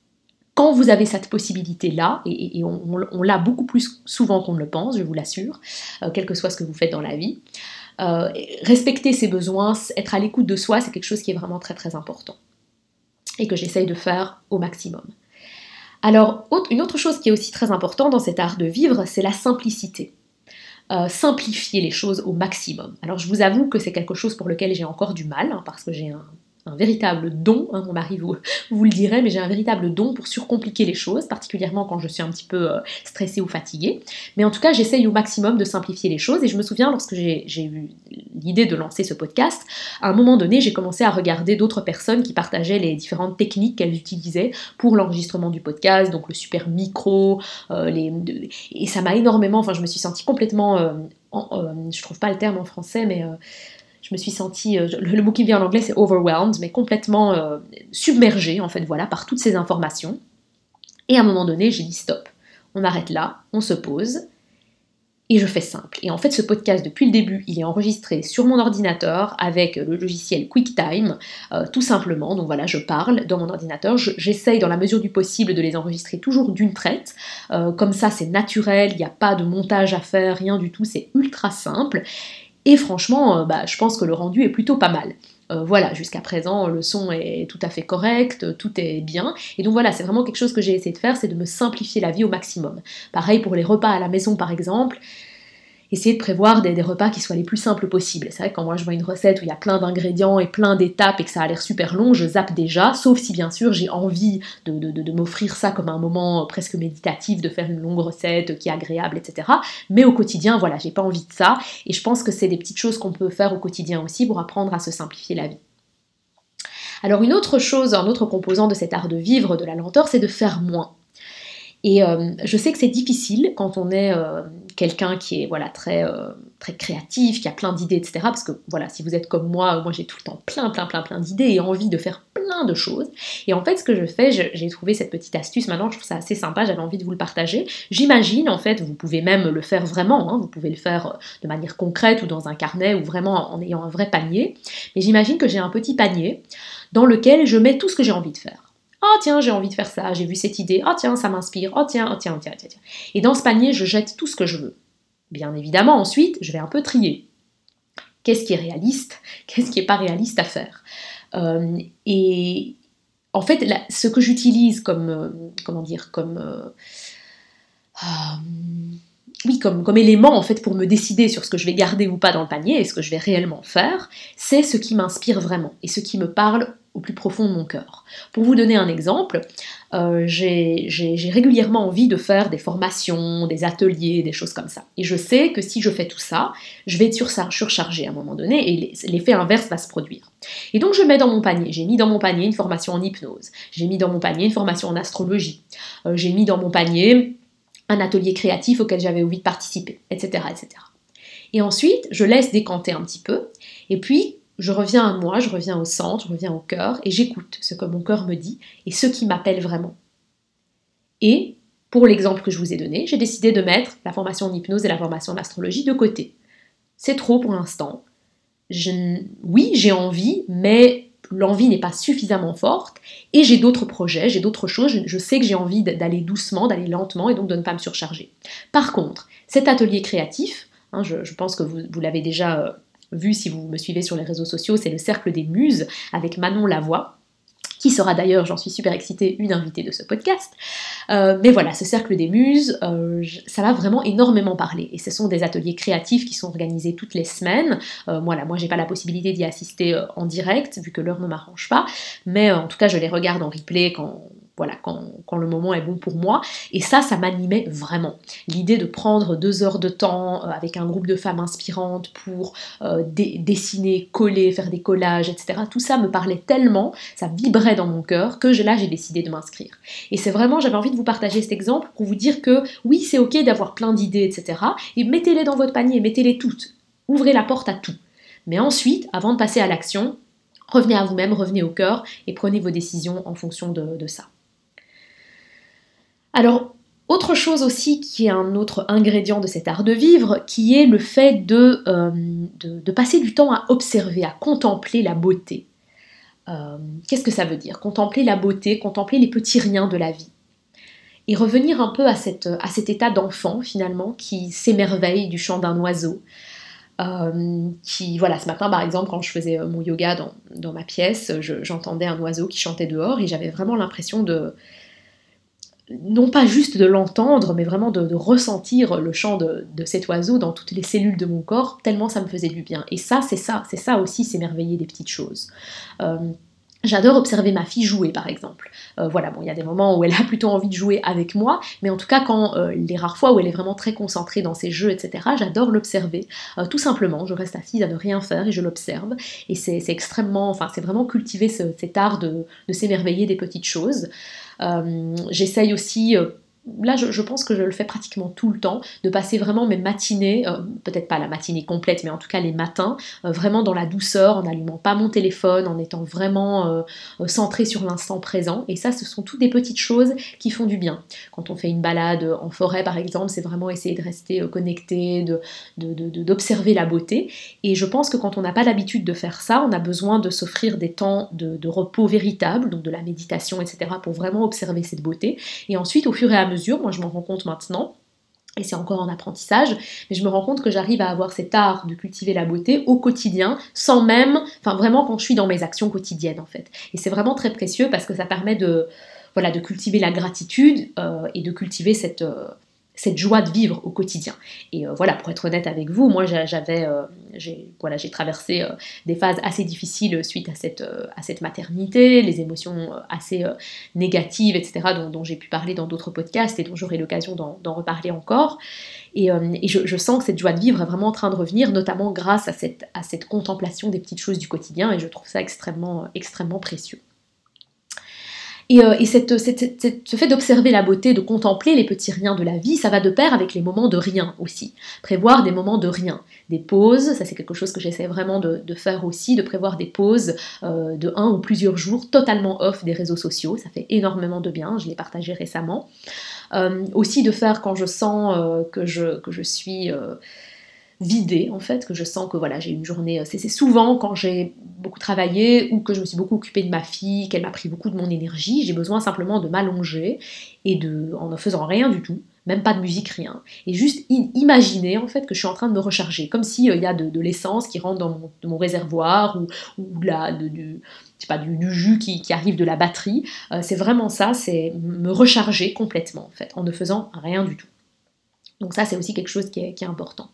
quand vous avez cette possibilité-là, et, et on, on, on l'a beaucoup plus souvent qu'on ne le pense, je vous l'assure, euh, quel que soit ce que vous faites dans la vie, euh, respecter ses besoins, être à l'écoute de soi, c'est quelque chose qui est vraiment très très important. et que j'essaye de faire au maximum. Alors, une autre chose qui est aussi très importante dans cet art de vivre, c'est la simplicité. Euh, simplifier les choses au maximum. Alors je vous avoue que c'est quelque chose pour lequel j'ai encore du mal, hein, parce que j'ai un, un véritable don, hein, mon mari vous, vous le dirait, mais j'ai un véritable don pour surcompliquer les choses, particulièrement quand je suis un petit peu euh, stressée ou fatiguée. Mais en tout cas, j'essaye au maximum de simplifier les choses, et je me souviens, lorsque j'ai, j'ai eu l'idée de lancer ce podcast, à un moment donné, j'ai commencé à regarder d'autres personnes qui partageaient les différentes techniques qu'elles utilisaient pour l'enregistrement du podcast, donc le super micro, euh, les, et ça m'a énormément, enfin je me suis sentie complètement, euh, en, euh, je trouve pas le terme en français, mais euh, je me suis sentie, euh, le, le mot qui me vient en anglais c'est overwhelmed, mais complètement euh, submergée en fait, voilà, par toutes ces informations. Et à un moment donné, j'ai dit stop, on arrête là, on se pose, et je fais simple. Et en fait, ce podcast, depuis le début, il est enregistré sur mon ordinateur avec le logiciel QuickTime, euh, tout simplement. Donc voilà, je parle dans mon ordinateur. Je, j'essaye, dans la mesure du possible, de les enregistrer toujours d'une traite. Euh, comme ça, c'est naturel, il n'y a pas de montage à faire, rien du tout, c'est ultra simple. Et franchement, euh, bah, je pense que le rendu est plutôt pas mal. Euh, voilà, jusqu'à présent, le son est tout à fait correct, tout est bien. Et donc voilà, c'est vraiment quelque chose que j'ai essayé de faire, c'est de me simplifier la vie au maximum. Pareil pour les repas à la maison, par exemple. Essayer de prévoir des, des repas qui soient les plus simples possibles. C'est vrai que quand moi je vois une recette où il y a plein d'ingrédients et plein d'étapes et que ça a l'air super long, je zappe déjà, sauf si bien sûr j'ai envie de, de, de, de m'offrir ça comme un moment presque méditatif, de faire une longue recette qui est agréable, et cetera. Mais au quotidien, voilà, j'ai pas envie de ça, et je pense que c'est des petites choses qu'on peut faire au quotidien aussi pour apprendre à se simplifier la vie. Alors une autre chose, un autre composant de cet art de vivre, de la lenteur, c'est de faire moins. Et euh, je sais que c'est difficile quand on est euh, quelqu'un qui est voilà, très, euh, très créatif, qui a plein d'idées, et cetera. Parce que voilà, si vous êtes comme moi, moi j'ai tout le temps plein, plein, plein, plein d'idées et envie de faire plein de choses. Et en fait, ce que je fais, je, j'ai trouvé cette petite astuce, maintenant je trouve ça assez sympa, j'avais envie de vous le partager. J'imagine, en fait, vous pouvez même le faire vraiment, hein, vous pouvez le faire de manière concrète ou dans un carnet ou vraiment en ayant un vrai panier. Mais j'imagine que j'ai un petit panier dans lequel je mets tout ce que j'ai envie de faire. Oh tiens, j'ai envie de faire ça, j'ai vu cette idée, oh tiens, ça m'inspire, oh tiens, oh tiens, oh tiens, tiens, tiens. Et dans ce panier, je jette tout ce que je veux. Bien évidemment, ensuite, je vais un peu trier. Qu'est-ce qui est réaliste? Qu'est-ce qui n'est pas réaliste à faire? euh, Et en fait, là, ce que j'utilise comme, euh, comment dire, comme... Euh, euh, oui, comme, comme élément en fait pour me décider sur ce que je vais garder ou pas dans le panier et ce que je vais réellement faire, c'est ce qui m'inspire vraiment et ce qui me parle au plus profond de mon cœur. Pour vous donner un exemple, euh, j'ai, j'ai, j'ai régulièrement envie de faire des formations, des ateliers, des choses comme ça. Et je sais que si je fais tout ça, je vais être sur, surchargée à un moment donné et l'effet inverse va se produire. Et donc je mets dans mon panier, j'ai mis dans mon panier une formation en hypnose, j'ai mis dans mon panier une formation en astrologie, euh, j'ai mis dans mon panier un atelier créatif auquel j'avais envie de participer, et cetera, et cetera. Et ensuite, je laisse décanter un petit peu, et puis je reviens à moi, je reviens au centre, je reviens au cœur, et j'écoute ce que mon cœur me dit, et ce qui m'appelle vraiment. Et, pour l'exemple que je vous ai donné, j'ai décidé de mettre la formation en hypnose et la formation en astrologie de côté. C'est trop pour l'instant. Je... Oui, j'ai envie, mais l'envie n'est pas suffisamment forte, et j'ai d'autres projets, j'ai d'autres choses, je, je sais que j'ai envie d'aller doucement, d'aller lentement, et donc de ne pas me surcharger. Par contre, cet atelier créatif, hein, je, je pense que vous, vous l'avez déjà euh, vu si vous me suivez sur les réseaux sociaux, c'est le Cercle des Muses, avec Manon Lavoie, qui sera d'ailleurs, j'en suis super excitée, une invitée de ce podcast. Euh, mais voilà, ce Cercle des Muses, euh, ça m'a vraiment énormément parlé. Et ce sont des ateliers créatifs qui sont organisés toutes les semaines. Euh, voilà, moi, j'ai pas la possibilité d'y assister euh, en direct, vu que l'heure ne m'arrange pas. Mais euh, en tout cas, je les regarde en replay quand... Voilà, quand, quand le moment est bon pour moi. Et ça, ça m'animait vraiment. L'idée de prendre deux heures de temps euh, avec un groupe de femmes inspirantes pour euh, dé- dessiner, coller, faire des collages, et cetera. Tout ça me parlait tellement, ça vibrait dans mon cœur, que je, là, j'ai décidé de m'inscrire. Et c'est vraiment, j'avais envie de vous partager cet exemple pour vous dire que oui, c'est ok d'avoir plein d'idées, et cetera. Et mettez-les dans votre panier, mettez-les toutes. Ouvrez la porte à tout. Mais ensuite, avant de passer à l'action, revenez à vous-même, revenez au cœur et prenez vos décisions en fonction de, de ça. Alors, autre chose aussi qui est un autre ingrédient de cet art de vivre, qui est le fait de, euh, de, de passer du temps à observer, à contempler la beauté. Euh, qu'est-ce que ça veut dire? Contempler la beauté, contempler les petits riens de la vie. Et revenir un peu à, cette, à cet état d'enfant, finalement, qui s'émerveille du chant d'un oiseau, Euh, qui, voilà, ce matin par exemple, quand je faisais mon yoga dans, dans ma pièce, je, j'entendais un oiseau qui chantait dehors et j'avais vraiment l'impression de, non pas juste de l'entendre, mais vraiment de, de ressentir le chant de, de cet oiseau dans toutes les cellules de mon corps, tellement ça me faisait du bien. Et ça, c'est ça, c'est ça aussi, s'émerveiller des petites choses. Euh, J'adore observer ma fille jouer, par exemple. Euh, voilà, bon, il y a des moments où elle a plutôt envie de jouer avec moi, mais en tout cas, quand euh, les rares fois où elle est vraiment très concentrée dans ses jeux, et cetera, j'adore l'observer. Euh, tout simplement, je reste assise à ne rien faire et je l'observe. Et c'est, c'est extrêmement, enfin, c'est vraiment cultiver ce, cet art de, de s'émerveiller des petites choses. Euh, j'essaye aussi... Euh, Là, je, je pense que je le fais pratiquement tout le temps, de passer vraiment mes matinées, euh, peut-être pas la matinée complète, mais en tout cas les matins, euh, vraiment dans la douceur, en n'allumant pas mon téléphone, en étant vraiment euh, centré sur l'instant présent. Et ça, ce sont toutes des petites choses qui font du bien. Quand on fait une balade en forêt, par exemple, c'est vraiment essayer de rester connecté, de, de, de, d'observer la beauté. Et je pense que quand on n'a pas l'habitude de faire ça, on a besoin de s'offrir des temps de, de repos véritables, donc de la méditation, et cetera, pour vraiment observer cette beauté. Et ensuite, au fur et à mesure, moi je m'en rends compte maintenant, et c'est encore en apprentissage, mais je me rends compte que j'arrive à avoir cet art de cultiver la beauté au quotidien, sans même, enfin vraiment quand je suis dans mes actions quotidiennes en fait. Et c'est vraiment très précieux parce que ça permet de, voilà, de cultiver la gratitude euh, et de cultiver cette... Euh, cette joie de vivre au quotidien. Et euh, voilà, pour être honnête avec vous, moi j'avais, euh, j'ai, voilà, j'ai traversé euh, des phases assez difficiles suite à cette, euh, à cette maternité, les émotions euh, assez euh, négatives, et cetera, dont, dont j'ai pu parler dans d'autres podcasts et dont j'aurai l'occasion d'en, d'en reparler encore. Et, euh, et je, je sens que cette joie de vivre est vraiment en train de revenir, notamment grâce à cette, à cette contemplation des petites choses du quotidien, et je trouve ça extrêmement, extrêmement précieux. Et, euh, et cette, cette, cette, cette, ce fait d'observer la beauté, de contempler les petits riens de la vie, ça va de pair avec les moments de rien aussi. Prévoir des moments de rien, des pauses, ça c'est quelque chose que j'essaie vraiment de, de faire aussi, de prévoir des pauses euh, de un ou plusieurs jours totalement off des réseaux sociaux, ça fait énormément de bien, je l'ai partagé récemment. Euh, aussi de faire quand je sens euh, que, je, que je suis... Euh, vidée en fait, que je sens que voilà, j'ai une journée, c'est, c'est souvent quand j'ai beaucoup travaillé ou que je me suis beaucoup occupée de ma fille, qu'elle m'a pris beaucoup de mon énergie, j'ai besoin simplement de m'allonger et de, en ne faisant rien du tout, même pas de musique, rien, et juste i- imaginer en fait que je suis en train de me recharger, comme s'il euh, y a de, de l'essence qui rentre dans mon, de mon réservoir ou, ou la, de, du, je sais pas, du, du jus qui, qui arrive de la batterie, euh, c'est vraiment ça, c'est me recharger complètement en fait, en ne faisant rien du tout. Donc ça c'est aussi quelque chose qui est, qui est important.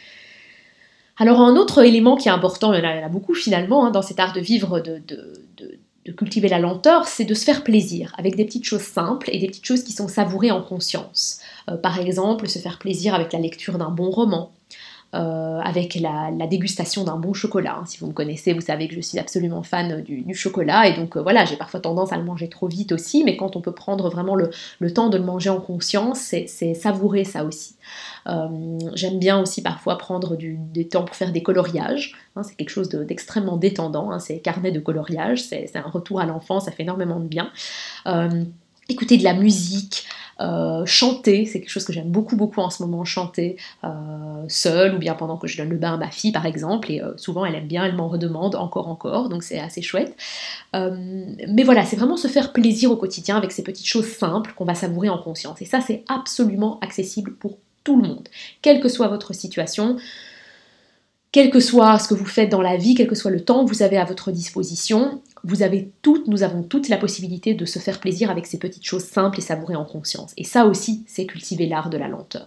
Alors un autre élément qui est important, il y en a, il y en a beaucoup finalement, hein, dans cet art de vivre, de, de, de, de cultiver la lenteur, c'est de se faire plaisir, avec des petites choses simples et des petites choses qui sont savourées en conscience. Euh, par exemple, se faire plaisir avec la lecture d'un bon roman, Euh, avec la, la dégustation d'un bon chocolat. Si vous me connaissez, vous savez que je suis absolument fan du, du chocolat, et donc euh, voilà, j'ai parfois tendance à le manger trop vite aussi, mais quand on peut prendre vraiment le, le temps de le manger en conscience, c'est, c'est savourer ça aussi. Euh, j'aime bien aussi parfois prendre du, du temps pour faire des coloriages, hein, c'est quelque chose de, d'extrêmement détendant, hein, c'est carnet de coloriage, c'est, c'est un retour à l'enfance, ça fait énormément de bien. Euh, écouter de la musique, Euh, chanter, c'est quelque chose que j'aime beaucoup beaucoup en ce moment, chanter euh, seule ou bien pendant que je donne le bain à ma fille par exemple, et euh, souvent elle aime bien, elle m'en redemande encore encore, donc c'est assez chouette. Euh, mais voilà, c'est vraiment se faire plaisir au quotidien avec ces petites choses simples qu'on va savourer en conscience, et ça c'est absolument accessible pour tout le monde, quelle que soit votre situation, quel que soit ce que vous faites dans la vie, quel que soit le temps que vous avez à votre disposition, vous avez toutes, nous avons toutes la possibilité de se faire plaisir avec ces petites choses simples et savourées en conscience. Et ça aussi, c'est cultiver l'art de la lenteur.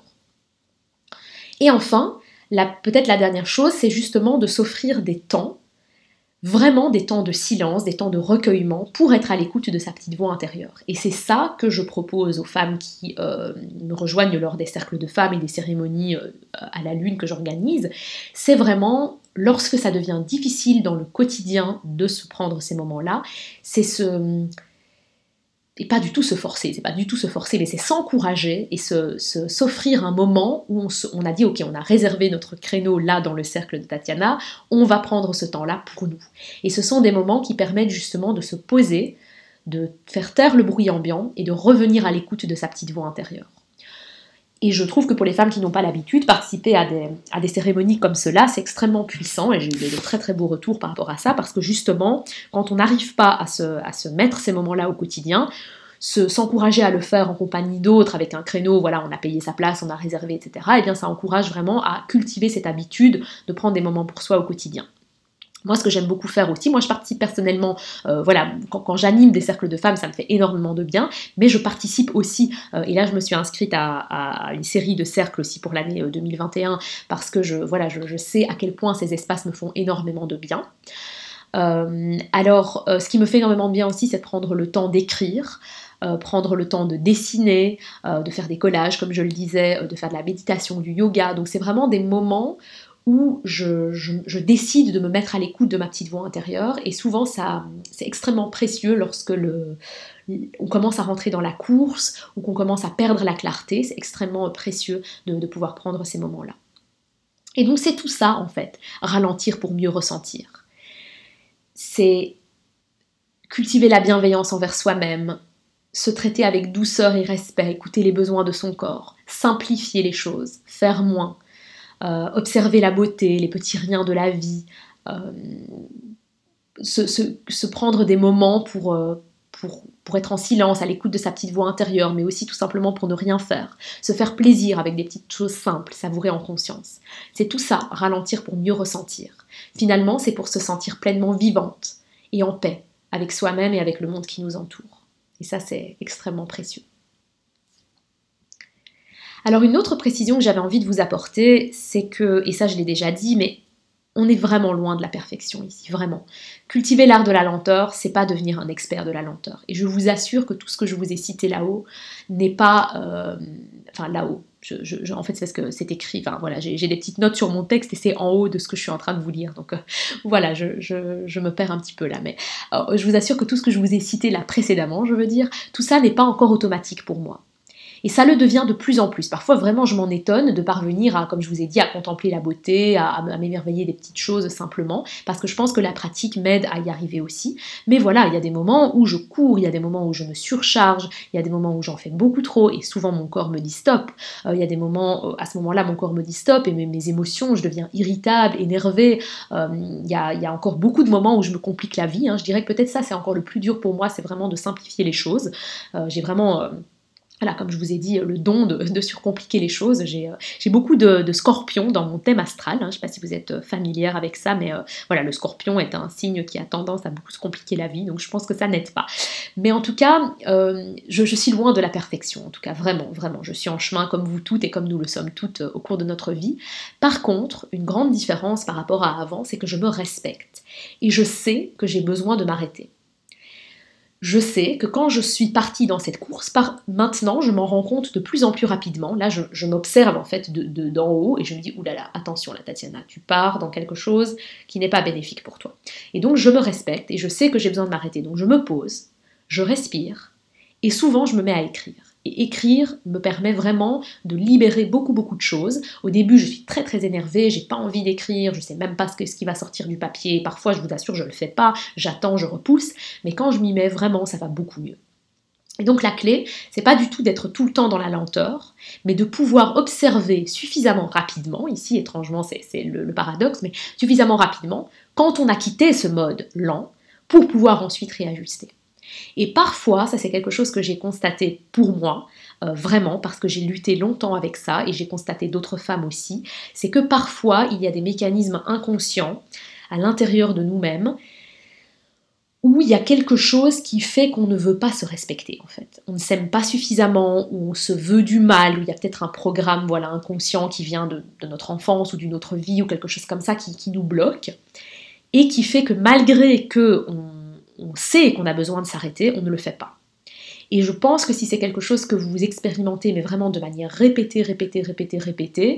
Et enfin, la, peut-être la dernière chose, c'est justement de s'offrir des temps, vraiment des temps de silence, des temps de recueillement pour être à l'écoute de sa petite voix intérieure. Et c'est ça que je propose aux femmes qui euh, me rejoignent lors des cercles de femmes et des cérémonies euh, à la lune que j'organise. C'est vraiment, lorsque ça devient difficile dans le quotidien de se prendre ces moments-là, c'est ce... et pas du tout se forcer, c'est pas du tout se forcer, mais c'est s'encourager et se, se, s'offrir un moment où on, se, on a dit ok, on a réservé notre créneau là dans le cercle de Tatiana, on va prendre ce temps-là pour nous. Et ce sont des moments qui permettent justement de se poser, de faire taire le bruit ambiant et de revenir à l'écoute de sa petite voix intérieure. Et je trouve que pour les femmes qui n'ont pas l'habitude, participer à des, à des cérémonies comme cela, c'est extrêmement puissant, et j'ai eu de très très beaux retours par rapport à ça, parce que justement, quand on n'arrive pas à se, à se mettre ces moments-là au quotidien, se, s'encourager à le faire en compagnie d'autres, avec un créneau, voilà, on a payé sa place, on a réservé, et cetera, et bien ça encourage vraiment à cultiver cette habitude de prendre des moments pour soi au quotidien. Moi, ce que j'aime beaucoup faire aussi, moi je participe personnellement, euh, voilà, quand, quand j'anime des cercles de femmes, ça me fait énormément de bien, mais je participe aussi, euh, et là je me suis inscrite à, à une série de cercles aussi pour l'année deux mille vingt et un, parce que je, voilà, je, je sais à quel point ces espaces me font énormément de bien. Euh, alors, euh, ce qui me fait énormément de bien aussi, c'est de prendre le temps d'écrire, euh, prendre le temps de dessiner, euh, de faire des collages, comme je le disais, euh, de faire de la méditation, du yoga, donc c'est vraiment des moments où je, je, je décide de me mettre à l'écoute de ma petite voix intérieure, et souvent ça, c'est extrêmement précieux lorsque le, on commence à rentrer dans la course ou qu'on commence à perdre la clarté, c'est extrêmement précieux de, de pouvoir prendre ces moments-là. Et donc c'est tout ça en fait, ralentir pour mieux ressentir. C'est cultiver la bienveillance envers soi-même, se traiter avec douceur et respect, écouter les besoins de son corps, simplifier les choses, faire moins, Euh, observer la beauté, les petits riens de la vie, euh, se, se, se prendre des moments pour, euh, pour, pour être en silence, à l'écoute de sa petite voix intérieure, mais aussi tout simplement pour ne rien faire, se faire plaisir avec des petites choses simples, savourer en conscience. C'est tout ça, ralentir pour mieux ressentir. Finalement, c'est pour se sentir pleinement vivante et en paix avec soi-même et avec le monde qui nous entoure. Et ça, c'est extrêmement précieux. Alors une autre précision que j'avais envie de vous apporter, c'est que, et ça je l'ai déjà dit, mais on est vraiment loin de la perfection ici, vraiment. Cultiver l'art de la lenteur, c'est pas devenir un expert de la lenteur. Et je vous assure que tout ce que je vous ai cité là-haut n'est pas... Euh, enfin là-haut, je, je, en fait c'est parce que c'est écrit, enfin voilà, j'ai, j'ai des petites notes sur mon texte et c'est en haut de ce que je suis en train de vous lire. Donc euh, voilà, je, je, je me perds un petit peu là. Mais alors, je vous assure que tout ce que je vous ai cité là précédemment, je veux dire, tout ça n'est pas encore automatique pour moi. Et ça le devient de plus en plus. Parfois, vraiment, je m'en étonne de parvenir à, comme je vous ai dit, à contempler la beauté, à, à m'émerveiller des petites choses simplement, parce que je pense que la pratique m'aide à y arriver aussi. Mais voilà, il y a des moments où je cours, il y a des moments où je me surcharge, il y a des moments où j'en fais beaucoup trop, et souvent mon corps me dit stop. Euh, il y a des moments, à ce moment-là, mon corps me dit stop, et mes, mes émotions, je deviens irritable, énervée. Euh, il, y a, il y a encore beaucoup de moments où je me complique la vie. Hein. Je dirais que peut-être ça, c'est encore le plus dur pour moi, c'est vraiment de simplifier les choses. Euh, j'ai vraiment... Euh, Voilà, comme je vous ai dit, le don de, de surcompliquer les choses. J'ai, euh, j'ai beaucoup de, de scorpions dans mon thème astral. Hein. Je ne sais pas si vous êtes familière avec ça, mais euh, voilà, le scorpion est un signe qui a tendance à beaucoup se compliquer la vie, donc je pense que ça n'aide pas. Mais en tout cas, euh, je, je suis loin de la perfection, en tout cas, vraiment, vraiment. Je suis en chemin comme vous toutes et comme nous le sommes toutes au cours de notre vie. Par contre, une grande différence par rapport à avant, c'est que je me respecte. Et je sais que j'ai besoin de m'arrêter. Je sais que quand je suis partie dans cette course, par maintenant, je m'en rends compte de plus en plus rapidement. Là, je, je m'observe en fait de, de, d'en haut et je me dis, oulala, attention là, Tatiana, tu pars dans quelque chose qui n'est pas bénéfique pour toi. Et donc, je me respecte et je sais que j'ai besoin de m'arrêter. Donc, je me pose, je respire et souvent, je me mets à écrire. Et écrire me permet vraiment de libérer beaucoup, beaucoup de choses. Au début, je suis très, très énervée, j'ai pas envie d'écrire, je sais même pas ce, que, ce qui va sortir du papier. Parfois, je vous assure, je le fais pas, j'attends, je repousse. Mais quand je m'y mets vraiment, ça va beaucoup mieux. Et donc la clé, c'est pas du tout d'être tout le temps dans la lenteur, mais de pouvoir observer suffisamment rapidement, ici étrangement c'est, c'est le, le paradoxe, mais suffisamment rapidement, quand on a quitté ce mode lent, pour pouvoir ensuite réajuster. Et parfois, ça c'est quelque chose que j'ai constaté pour moi, euh, vraiment, parce que j'ai lutté longtemps avec ça, et j'ai constaté d'autres femmes aussi, c'est que parfois, il y a des mécanismes inconscients à l'intérieur de nous-mêmes, où il y a quelque chose qui fait qu'on ne veut pas se respecter, en fait. On ne s'aime pas suffisamment, ou on se veut du mal, ou il y a peut-être un programme voilà, inconscient qui vient de, de notre enfance, ou d'une autre vie, ou quelque chose comme ça qui, qui nous bloque, et qui fait que malgré que on on sait qu'on a besoin de s'arrêter, on ne le fait pas. Et je pense que si c'est quelque chose que vous expérimentez, mais vraiment de manière répétée, répétée, répétée, répétée,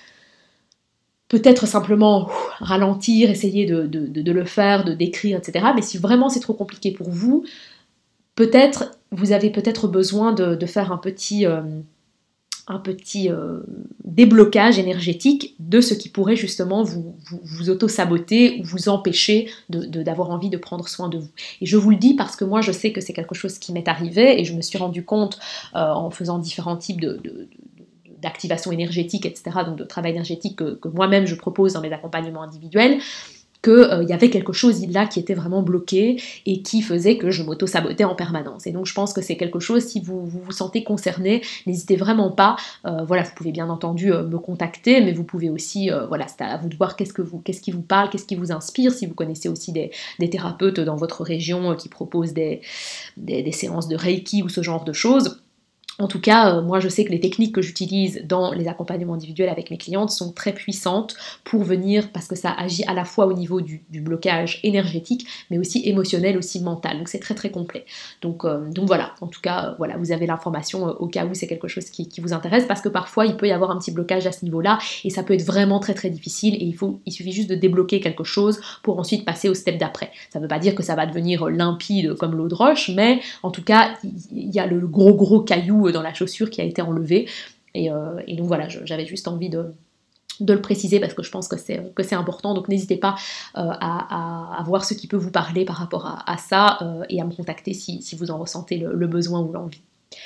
peut-être simplement ouf, ralentir, essayer de, de, de, de le faire, de d'écrire, et cetera. Mais si vraiment c'est trop compliqué pour vous, peut-être, vous avez peut-être besoin de, de faire un petit... Euh, un petit euh, déblocage énergétique de ce qui pourrait justement vous, vous, vous auto-saboter ou vous empêcher de, de, d'avoir envie de prendre soin de vous. Et je vous le dis parce que moi je sais que c'est quelque chose qui m'est arrivé et je me suis rendu compte euh, en faisant différents types de, de, de d'activation énergétique, et cetera, donc de travail énergétique que, que moi-même je propose dans mes accompagnements individuels, qu'il euh, y avait quelque chose là qui était vraiment bloqué et qui faisait que je m'auto-sabotais en permanence. Et donc je pense que c'est quelque chose, si vous vous, vous sentez concerné, n'hésitez vraiment pas, euh, voilà, vous pouvez bien entendu euh, me contacter, mais vous pouvez aussi, euh, voilà, c'est à vous de voir qu'est-ce, que vous, qu'est-ce qui vous parle, qu'est-ce qui vous inspire, si vous connaissez aussi des, des thérapeutes dans votre région euh, qui proposent des, des, des séances de Reiki ou ce genre de choses. En tout cas, euh, moi je sais que les techniques que j'utilise dans les accompagnements individuels avec mes clientes sont très puissantes pour venir, parce que ça agit à la fois au niveau du, du blocage énergétique, mais aussi émotionnel, aussi mental. Donc c'est très très complet. Donc, euh, donc voilà, en tout cas, euh, voilà, vous avez l'information euh, au cas où c'est quelque chose qui, qui vous intéresse, parce que parfois il peut y avoir un petit blocage à ce niveau-là, et ça peut être vraiment très très difficile, et il, faut, il suffit juste de débloquer quelque chose pour ensuite passer au step d'après. Ça ne veut pas dire que ça va devenir limpide comme l'eau de roche, mais en tout cas, il y a le gros gros caillou dans la chaussure qui a été enlevée, et, euh, et donc voilà, je, j'avais juste envie de, de le préciser parce que je pense que c'est, que c'est important, donc n'hésitez pas euh, à, à, à voir ce qui peut vous parler par rapport à, à ça, euh, et à me contacter si, si vous en ressentez le, le besoin ou l'envie.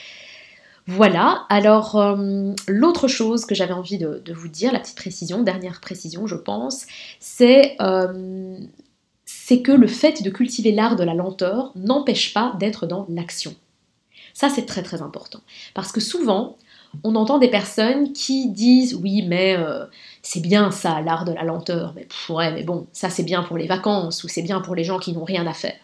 Voilà, alors euh, l'autre chose que j'avais envie de, de vous dire, la petite précision, dernière précision je pense, c'est... Euh, c'est que le fait de cultiver l'art de la lenteur n'empêche pas d'être dans l'action. Ça, c'est très très important. Parce que souvent, on entend des personnes qui disent « Oui, mais euh, c'est bien ça, l'art de la lenteur. Mais, pff, ouais, mais bon, ça c'est bien pour les vacances ou c'est bien pour les gens qui n'ont rien à faire. »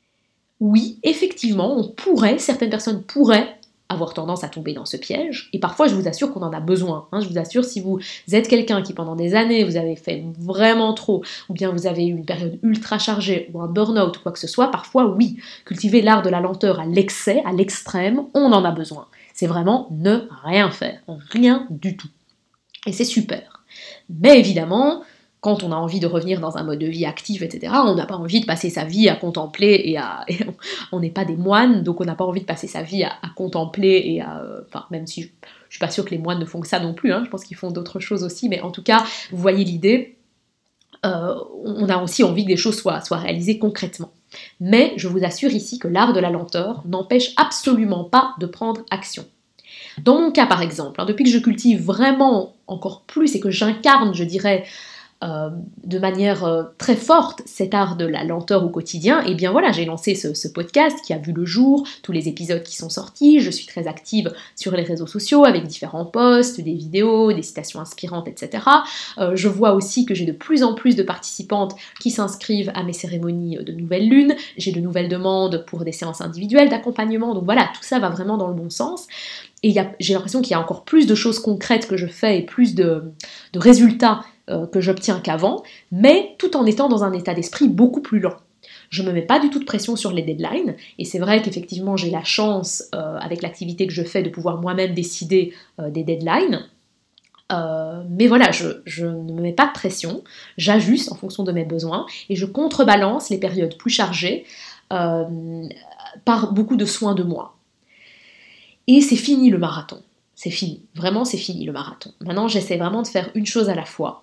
Oui, effectivement, on pourrait, certaines personnes pourraient avoir tendance à tomber dans ce piège, et parfois je vous assure qu'on en a besoin, hein. Je vous assure, si vous êtes quelqu'un qui pendant des années vous avez fait vraiment trop, ou bien vous avez eu une période ultra chargée, ou un burn-out, ou quoi que ce soit, parfois oui, cultiver l'art de la lenteur à l'excès, à l'extrême, on en a besoin. C'est vraiment ne rien faire, rien du tout. Et c'est super. Mais évidemment, quand on a envie de revenir dans un mode de vie actif, et cetera, on n'a pas envie de passer sa vie à contempler et à... Et on n'est pas des moines, donc on n'a pas envie de passer sa vie à, à contempler et à... Enfin, même si je, je suis pas sûre que les moines ne font que ça non plus, hein, je pense qu'ils font d'autres choses aussi, mais en tout cas, vous voyez l'idée, euh, on a aussi envie que des choses soient, soient réalisées concrètement. Mais je vous assure ici que l'art de la lenteur n'empêche absolument pas de prendre action. Dans mon cas, par exemple, hein, depuis que je cultive vraiment encore plus et que j'incarne, je dirais, Euh, de manière euh, très forte cet art de la lenteur au quotidien, et bien voilà, j'ai lancé ce, ce podcast qui a vu le jour, tous les épisodes qui sont sortis, je suis très active sur les réseaux sociaux avec différents posts, des vidéos, des citations inspirantes, et cetera. Euh, je vois aussi que j'ai de plus en plus de participantes qui s'inscrivent à mes cérémonies de nouvelle lune, j'ai de nouvelles demandes pour des séances individuelles d'accompagnement, donc voilà, tout ça va vraiment dans le bon sens. Et y a, j'ai l'impression qu'il y a encore plus de choses concrètes que je fais et plus de, de résultats euh, que j'obtiens qu'avant, mais tout en étant dans un état d'esprit beaucoup plus lent. Je ne me mets pas du tout de pression sur les deadlines, et c'est vrai qu'effectivement j'ai la chance, euh, avec l'activité que je fais, de pouvoir moi-même décider euh, des deadlines, euh, mais voilà, je, je ne me mets pas de pression, j'ajuste en fonction de mes besoins, et je contrebalance les périodes plus chargées euh, par beaucoup de soins de moi. Et c'est fini le marathon, c'est fini, vraiment c'est fini le marathon. Maintenant j'essaie vraiment de faire une chose à la fois.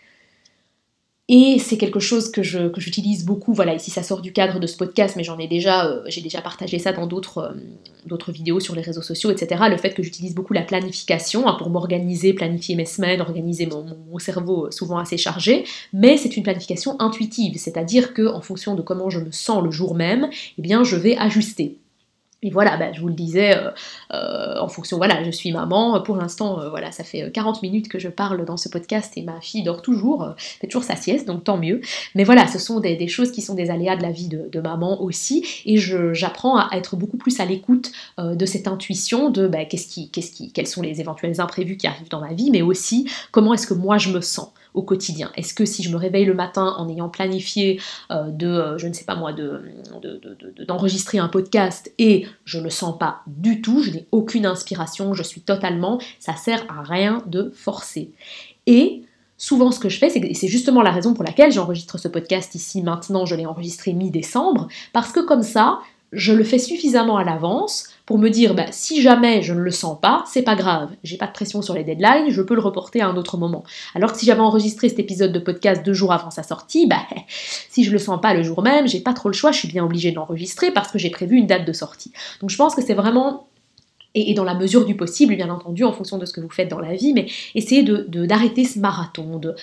Et c'est quelque chose que, je, que j'utilise beaucoup, voilà, ici ça sort du cadre de ce podcast, mais j'en ai déjà, euh, j'ai déjà partagé ça dans d'autres, euh, d'autres vidéos sur les réseaux sociaux, et cetera. Le fait que j'utilise beaucoup la planification hein, pour m'organiser, planifier mes semaines, organiser mon, mon, mon cerveau souvent assez chargé, mais c'est une planification intuitive, c'est-à-dire qu'en fonction de comment je me sens le jour même, eh bien je vais ajuster. Et voilà, ben, je vous le disais, euh, euh, en fonction, voilà, je suis maman, pour l'instant, euh, voilà, ça fait quarante minutes que je parle dans ce podcast et ma fille dort toujours, euh, fait toujours sa sieste, donc tant mieux. Mais voilà, ce sont des, des choses qui sont des aléas de la vie de, de maman aussi, et je, j'apprends à être beaucoup plus à l'écoute euh, de cette intuition de ben, qu'est-ce qui, qu'est-ce qui, quels sont les éventuels imprévus qui arrivent dans ma vie, mais aussi comment est-ce que moi je me sens au quotidien. Est-ce que si je me réveille le matin en ayant planifié euh, de, euh, je ne sais pas moi, de, de, de, de, d'enregistrer un podcast et je ne le sens pas du tout, je n'ai aucune inspiration, je suis totalement, ça sert à rien de forcer. Et souvent ce que je fais, c'est, et c'est justement la raison pour laquelle j'enregistre ce podcast ici maintenant, je l'ai enregistré mi-décembre, parce que comme ça, je le fais suffisamment à l'avance pour me dire, bah, si jamais je ne le sens pas, c'est pas grave, j'ai pas de pression sur les deadlines, je peux le reporter à un autre moment. Alors que si j'avais enregistré cet épisode de podcast deux jours avant sa sortie, bah, si je le sens pas le jour même, j'ai pas trop le choix, je suis bien obligée de l'enregistrer parce que j'ai prévu une date de sortie. Donc je pense que c'est vraiment... Et, et dans la mesure du possible, bien entendu, en fonction de ce que vous faites dans la vie, mais essayez de, de, d'arrêter ce marathon, de...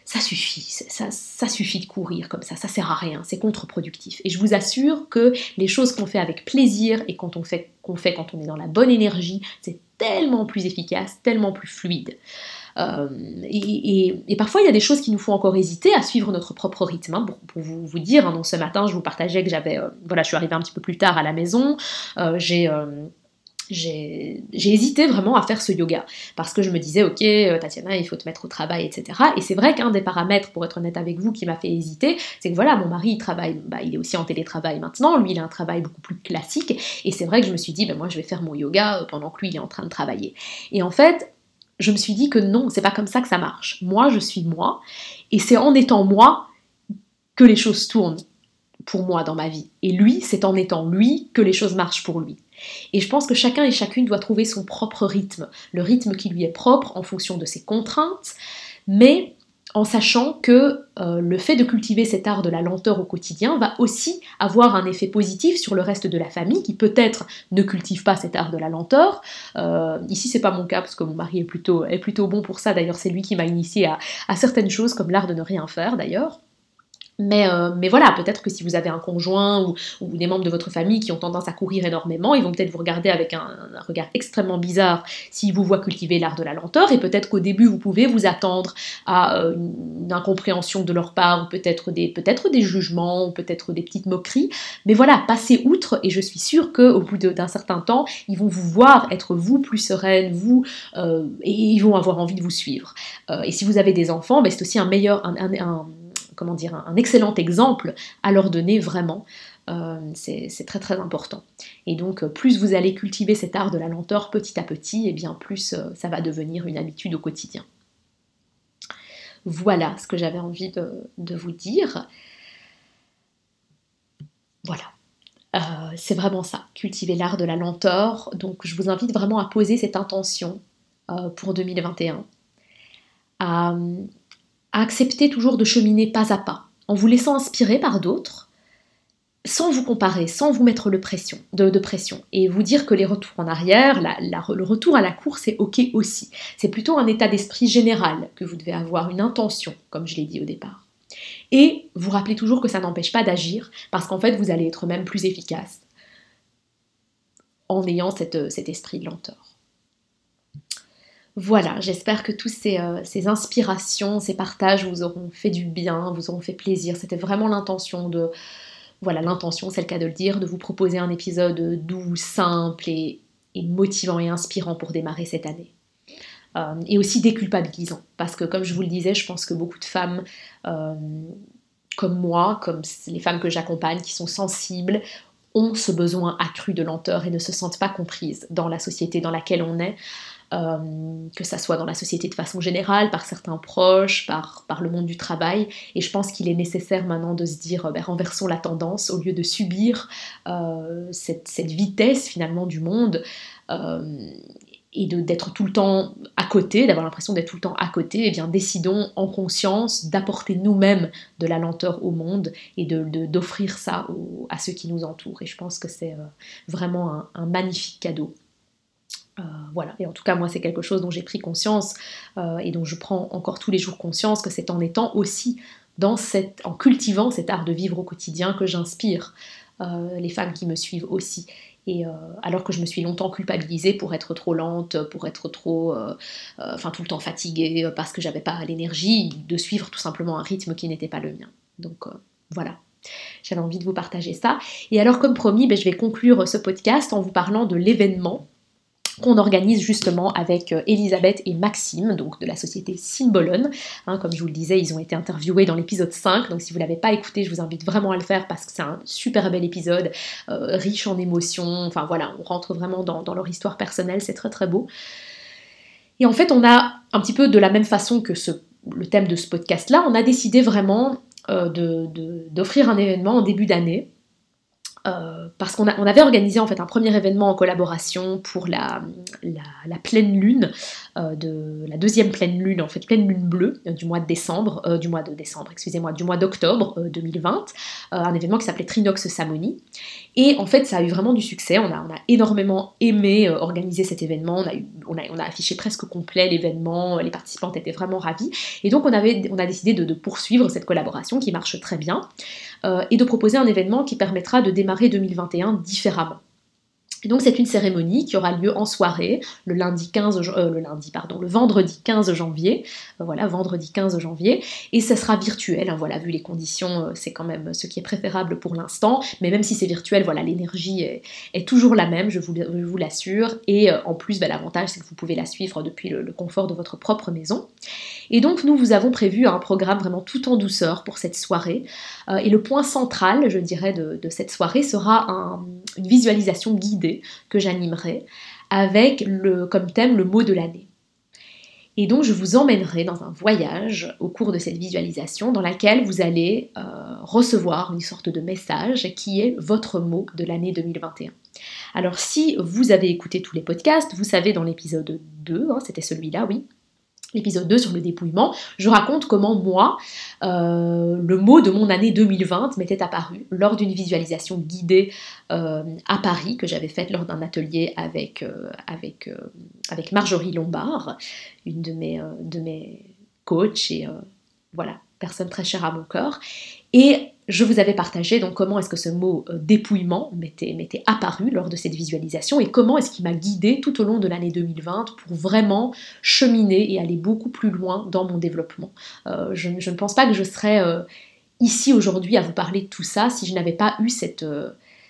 ça suffit, ça, ça suffit de courir comme ça, ça sert à rien, c'est contre-productif. Et je vous assure que les choses qu'on fait avec plaisir et quand on fait, qu'on fait quand on est dans la bonne énergie, c'est tellement plus efficace, tellement plus fluide. Euh, et, et, et parfois il y a des choses qui nous font encore hésiter à suivre notre propre rythme. Hein, pour, pour vous, vous dire, hein, donc ce matin je vous partageais que j'avais, euh, voilà, je suis arrivée un petit peu plus tard à la maison, euh, j'ai... Euh, J'ai, j'ai hésité vraiment à faire ce yoga parce que je me disais ok Tatiana il faut te mettre au travail etc et c'est vrai qu'un des paramètres pour être honnête avec vous qui m'a fait hésiter c'est que voilà mon mari il travaille, bah, il est aussi en télétravail maintenant, lui il a un travail beaucoup plus classique et c'est vrai que je me suis dit bah, moi je vais faire mon yoga pendant que lui il est en train de travailler et en fait je me suis dit que non c'est pas comme ça que ça marche, moi je suis moi et c'est en étant moi que les choses tournent pour moi dans ma vie et lui c'est en étant lui que les choses marchent pour lui. Et je pense que chacun et chacune doit trouver son propre rythme, le rythme qui lui est propre en fonction de ses contraintes, mais en sachant que euh, le fait de cultiver cet art de la lenteur au quotidien va aussi avoir un effet positif sur le reste de la famille qui peut-être ne cultive pas cet art de la lenteur. Euh, ici c'est pas mon cas parce que mon mari est plutôt, est plutôt bon pour ça, d'ailleurs c'est lui qui m'a initiée à, à certaines choses comme l'art de ne rien faire d'ailleurs. Mais, euh, mais voilà, peut-être que si vous avez un conjoint ou, ou des membres de votre famille qui ont tendance à courir énormément, ils vont peut-être vous regarder avec un, un regard extrêmement bizarre s'ils vous voient cultiver l'art de la lenteur, et peut-être qu'au début vous pouvez vous attendre à euh, une incompréhension de leur part, ou peut-être des, peut-être des jugements, ou peut-être des petites moqueries, mais voilà, passez outre, et je suis sûre qu'au bout de, d'un certain temps, ils vont vous voir être vous plus sereine, vous, euh, et ils vont avoir envie de vous suivre. Euh, et si vous avez des enfants, ben c'est aussi un meilleur... Un, un, un, comment dire, un excellent exemple à leur donner vraiment, euh, c'est, c'est très très important. Et donc plus vous allez cultiver cet art de la lenteur petit à petit, et bien plus euh, ça va devenir une habitude au quotidien. Voilà ce que j'avais envie de, de vous dire. Voilà. Euh, c'est vraiment ça, cultiver l'art de la lenteur. Donc je vous invite vraiment à poser cette intention euh, pour deux mille vingt et un. À... à accepter toujours de cheminer pas à pas, en vous laissant inspirer par d'autres, sans vous comparer, sans vous mettre le pression, de, de pression, et vous dire que les retours en arrière, la, la, le retour à la course est ok aussi. C'est plutôt un état d'esprit général que vous devez avoir, une intention, comme je l'ai dit au départ. Et vous rappelez toujours que ça n'empêche pas d'agir, parce qu'en fait vous allez être même plus efficace en ayant cette, cet esprit de lenteur. Voilà, j'espère que tous ces, euh, ces inspirations, ces partages vous auront fait du bien, vous auront fait plaisir. C'était vraiment l'intention de... Voilà, l'intention, c'est le cas de le dire, de vous proposer un épisode doux, simple et, et motivant et inspirant pour démarrer cette année. Euh, et aussi déculpabilisant, parce que comme je vous le disais, je pense que beaucoup de femmes, euh, comme moi, comme les femmes que j'accompagne, qui sont sensibles, ont ce besoin accru de lenteur et ne se sentent pas comprises dans la société dans laquelle on est. Euh, que ça soit dans la société de façon générale, par certains proches, par, par le monde du travail, et je pense qu'il est nécessaire maintenant de se dire, ben, renversons la tendance, au lieu de subir euh, cette, cette vitesse finalement du monde, euh, et de, d'être tout le temps à côté, d'avoir l'impression d'être tout le temps à côté, et bien décidons en conscience d'apporter nous-mêmes de la lenteur au monde, et de, de, d'offrir ça au, à ceux qui nous entourent, et je pense que c'est euh, vraiment un, un magnifique cadeau. Euh, voilà, et en tout cas moi c'est quelque chose dont j'ai pris conscience euh, et dont je prends encore tous les jours conscience, que c'est en étant aussi dans cette, en cultivant cet art de vivre au quotidien que j'inspire euh, les femmes qui me suivent aussi. Et euh, alors que je me suis longtemps culpabilisée pour être trop lente, pour être trop, euh, euh, enfin tout le temps fatiguée parce que j'avais pas l'énergie de suivre tout simplement un rythme qui n'était pas le mien. Donc euh, voilà. J'avais envie de vous partager ça. Et alors comme promis, ben, je vais conclure ce podcast en vous parlant de l'événement qu'on organise justement avec Elisabeth et Maxime, donc de la société Symbolon. Hein, comme je vous le disais, ils ont été interviewés dans l'épisode cinq, donc si vous ne l'avez pas écouté, je vous invite vraiment à le faire parce que c'est un super bel épisode, euh, riche en émotions, enfin voilà, on rentre vraiment dans, dans leur histoire personnelle, c'est très très beau. Et en fait, on a un petit peu de la même façon que ce, le thème de ce podcast-là, on a décidé vraiment euh, de, de, d'offrir un événement en début d'année, Euh, parce qu'on a, on avait organisé en fait un premier événement en collaboration pour la, la, la pleine lune, euh, de, la deuxième pleine lune, en fait pleine lune bleue euh, du mois de décembre, euh, du mois de décembre, excusez-moi, du mois d'octobre euh, deux mille vingt, euh, un événement qui s'appelait Trinox Samoni. Et en fait, ça a eu vraiment du succès. On a, on a énormément aimé euh, organiser cet événement. On a, eu, on, a, on a affiché presque complet l'événement. Les participantes étaient vraiment ravies. Et donc, on, avait, on a décidé de, de poursuivre cette collaboration qui marche très bien euh, et de proposer un événement qui permettra de démarrer deux mille vingt et un différemment. Et donc c'est une cérémonie qui aura lieu en soirée, le lundi quinze, euh, le lundi pardon, le vendredi quinze janvier, euh, voilà, vendredi quinze janvier, et ça sera virtuel, hein, voilà, vu les conditions, euh, c'est quand même ce qui est préférable pour l'instant, mais même si c'est virtuel, voilà, l'énergie est, est toujours la même, je vous, je vous l'assure, et euh, en plus, bah, l'avantage c'est que vous pouvez la suivre depuis le, le confort de votre propre maison. Et donc nous vous avons prévu un programme vraiment tout en douceur pour cette soirée, euh, et le point central, je dirais, de, de cette soirée sera un, une visualisation guidée que j'animerai avec le, comme thème le mot de l'année. Et donc je vous emmènerai dans un voyage au cours de cette visualisation dans laquelle vous allez euh, recevoir une sorte de message qui est votre mot de l'année deux mille vingt et un. Alors si vous avez écouté tous les podcasts, vous savez dans l'épisode deux, hein, c'était celui-là, oui, l'épisode deux sur le dépouillement, je raconte comment moi, euh, le mot de mon année deux mille vingt m'était apparu lors d'une visualisation guidée euh, à Paris que j'avais faite lors d'un atelier avec, euh, avec, euh, avec Marjorie Lombard, une de mes, euh, de mes coachs et euh, voilà, personne très chère à mon cœur. Et je vous avais partagé donc comment est-ce que ce mot euh, dépouillement m'était, m'était apparu lors de cette visualisation et comment est-ce qu'il m'a guidée tout au long de l'année deux mille vingt pour vraiment cheminer et aller beaucoup plus loin dans mon développement. Euh, je, je ne pense pas que je serais euh, ici aujourd'hui à vous parler de tout ça si je n'avais pas eu cette, euh,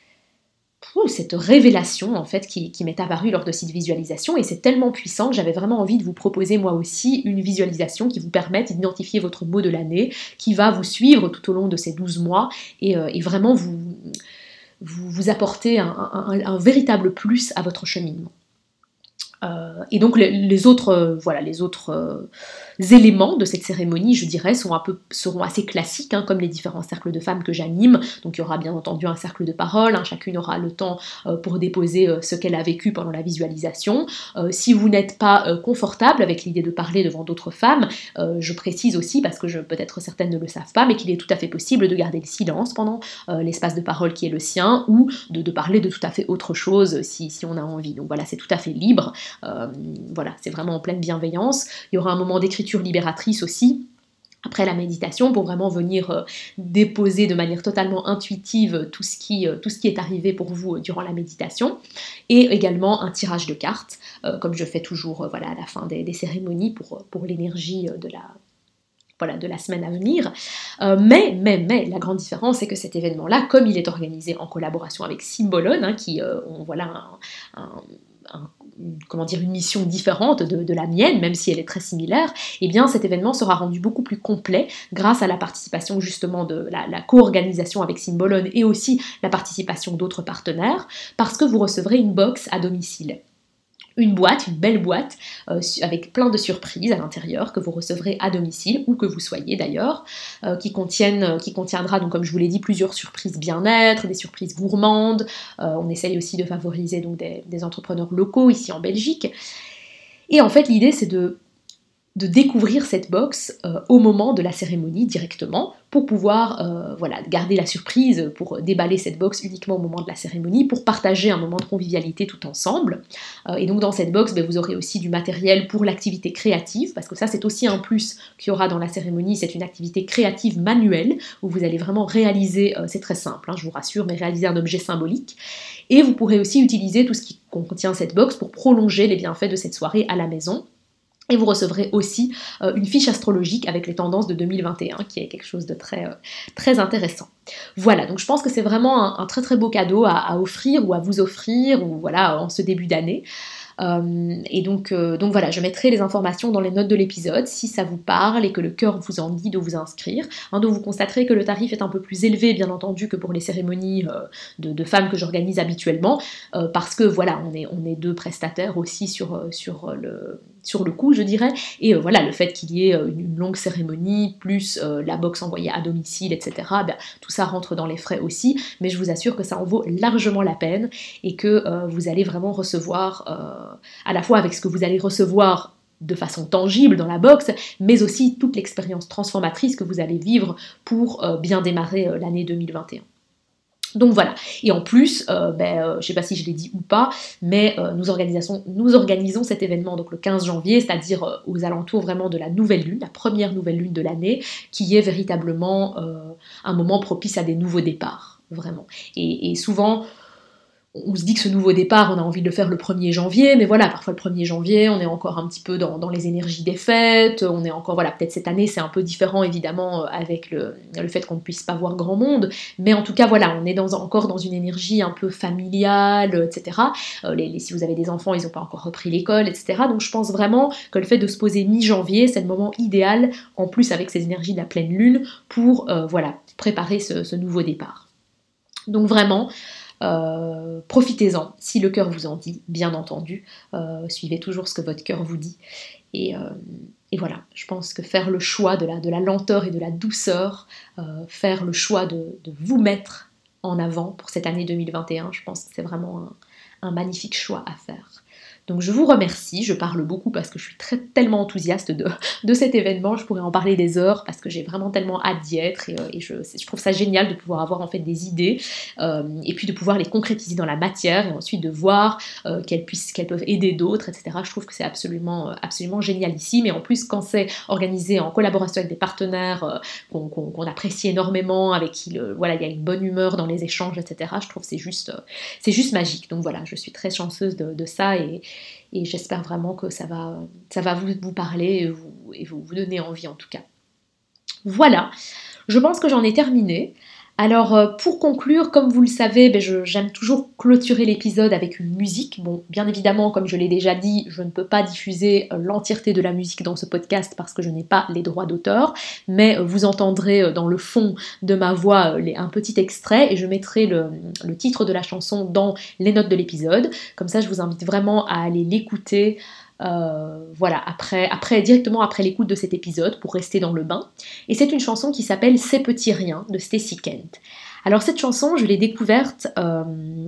cette révélation en fait qui, qui m'est apparue lors de cette visualisation, et c'est tellement puissant que j'avais vraiment envie de vous proposer moi aussi une visualisation qui vous permette d'identifier votre mot de l'année, qui va vous suivre tout au long de ces douze mois et, euh, et vraiment vous, vous, vous apporter un, un, un véritable plus à votre cheminement. Euh, et donc les, les autres, euh, voilà, les autres euh, éléments de cette cérémonie, je dirais, sont un peu, seront assez classiques, hein, comme les différents cercles de femmes que j'anime. Donc il y aura bien entendu un cercle de parole, hein, chacune aura le temps euh, pour déposer euh, ce qu'elle a vécu pendant la visualisation. Euh, si vous n'êtes pas euh, confortable avec l'idée de parler devant d'autres femmes, euh, je précise aussi, parce que je, peut-être certaines ne le savent pas, mais qu'il est tout à fait possible de garder le silence pendant euh, l'espace de parole qui est le sien, ou de, de parler de tout à fait autre chose si, si on a envie. Donc voilà, c'est tout à fait libre. Euh, voilà, c'est vraiment en pleine bienveillance. Il y aura un moment d'écriture libératrice aussi, après la méditation, pour vraiment venir euh, déposer de manière totalement intuitive tout ce, qui, euh, tout ce qui est arrivé pour vous euh, durant la méditation, et également un tirage de cartes, euh, comme je fais toujours euh, voilà, à la fin des, des cérémonies pour, pour l'énergie euh, de la... Voilà, de la semaine à venir. Euh, mais, mais, mais, la grande différence, c'est que cet événement-là, comme il est organisé en collaboration avec Symbolone, hein, qui euh, ont voilà, un, un, un, comment dire, une mission différente de, de la mienne, même si elle est très similaire, eh bien cet événement sera rendu beaucoup plus complet grâce à la participation justement de la, la co-organisation avec Symbolone et aussi la participation d'autres partenaires, parce que vous recevrez une box à domicile. Une boîte, une belle boîte, euh, avec plein de surprises à l'intérieur que vous recevrez à domicile, où que vous soyez d'ailleurs, euh, qui, contiennent, qui contiendra, donc, comme je vous l'ai dit, plusieurs surprises bien-être, des surprises gourmandes. Euh, on essaye aussi de favoriser donc, des, des entrepreneurs locaux ici en Belgique. Et en fait, l'idée, c'est de, de découvrir cette box euh, au moment de la cérémonie directement, pour pouvoir euh, voilà, garder la surprise, pour déballer cette box uniquement au moment de la cérémonie, pour partager un moment de convivialité tout ensemble. Euh, et donc dans cette box, ben, vous aurez aussi du matériel pour l'activité créative, parce que ça c'est aussi un plus qu'il y aura dans la cérémonie, c'est une activité créative manuelle, où vous allez vraiment réaliser, euh, c'est très simple, hein, je vous rassure, mais réaliser un objet symbolique. Et vous pourrez aussi utiliser tout ce qui contient cette box pour prolonger les bienfaits de cette soirée à la maison. Et vous recevrez aussi euh, une fiche astrologique avec les tendances de deux mille vingt et un, qui est quelque chose de très, euh, très intéressant. Voilà, donc je pense que c'est vraiment un, un très très beau cadeau à, à offrir ou à vous offrir, ou voilà, en ce début d'année. Euh, et donc, euh, donc voilà, je mettrai les informations dans les notes de l'épisode si ça vous parle et que le cœur vous en dit de vous inscrire. Hein, donc vous constaterez que le tarif est un peu plus élevé, bien entendu, que pour les cérémonies euh, de, de femmes que j'organise habituellement, euh, parce que voilà, on est, on est deux prestataires aussi sur, sur, le, sur le coup, je dirais, et euh, voilà, le fait qu'il y ait une, une longue cérémonie, plus euh, la box envoyée à domicile, et cetera, ben, tout ça ça rentre dans les frais aussi, mais je vous assure que ça en vaut largement la peine et que euh, vous allez vraiment recevoir, euh, à la fois avec ce que vous allez recevoir de façon tangible dans la box, mais aussi toute l'expérience transformatrice que vous allez vivre pour euh, bien démarrer euh, l'année deux mille vingt et un. Donc voilà, et en plus, euh, ben, euh, je ne sais pas si je l'ai dit ou pas, mais euh, nous, organisons, nous organisons cet événement donc le quinze janvier, c'est-à-dire euh, aux alentours vraiment de la nouvelle lune, la première nouvelle lune de l'année, qui est véritablement euh, un moment propice à des nouveaux départs, vraiment. Et, et souvent, on se dit que ce nouveau départ, on a envie de le faire le premier janvier, mais voilà, parfois le premier janvier, on est encore un petit peu dans, dans les énergies des fêtes, on est encore, voilà, peut-être cette année c'est un peu différent évidemment avec le, le fait qu'on ne puisse pas voir grand monde, mais en tout cas voilà, on est dans, encore dans une énergie un peu familiale, et cetera. Euh, les, les, si vous avez des enfants, ils n'ont pas encore repris l'école, et cetera. Donc je pense vraiment que le fait de se poser mi-janvier, c'est le moment idéal, en plus avec ces énergies de la pleine lune, pour euh, voilà, préparer ce, ce nouveau départ. Donc vraiment, Euh, profitez-en, si le cœur vous en dit, bien entendu, euh, suivez toujours ce que votre cœur vous dit, et, euh, et voilà, je pense que faire le choix de la, de la lenteur et de la douceur, euh, faire le choix de, de vous mettre en avant pour cette année deux mille vingt et un, je pense que c'est vraiment un, un magnifique choix à faire. Donc je vous remercie, je parle beaucoup parce que je suis très, tellement enthousiaste de, de cet événement, je pourrais en parler des heures parce que j'ai vraiment tellement hâte d'y être et, et je, je trouve ça génial de pouvoir avoir en fait des idées euh, et puis de pouvoir les concrétiser dans la matière et ensuite de voir euh, qu'elles, puissent, qu'elles peuvent aider d'autres, et cetera. Je trouve que c'est absolument, absolument génialissime et en plus quand c'est organisé en collaboration avec des partenaires euh, qu'on, qu'on, qu'on apprécie énormément, avec qui le, voilà, il y a une bonne humeur dans les échanges, et cetera. Je trouve que c'est juste, euh, c'est juste magique. Donc voilà, je suis très chanceuse de, de ça et Et j'espère vraiment que ça va, ça va vous, vous parler et, vous, et vous, vous donner envie en tout cas. Voilà, je pense que j'en ai terminé. Alors pour conclure, comme vous le savez, ben je, j'aime toujours clôturer l'épisode avec une musique. Bon, bien évidemment, comme je l'ai déjà dit, je ne peux pas diffuser l'entièreté de la musique dans ce podcast parce que je n'ai pas les droits d'auteur, mais vous entendrez dans le fond de ma voix les, un petit extrait et je mettrai le, le titre de la chanson dans les notes de l'épisode. Comme ça, je vous invite vraiment à aller l'écouter. Euh, voilà, après, après, directement après l'écoute de cet épisode pour rester dans le bain. Et c'est une chanson qui s'appelle Ces petits riens de Stacey Kent. Alors cette chanson, je l'ai découverte euh,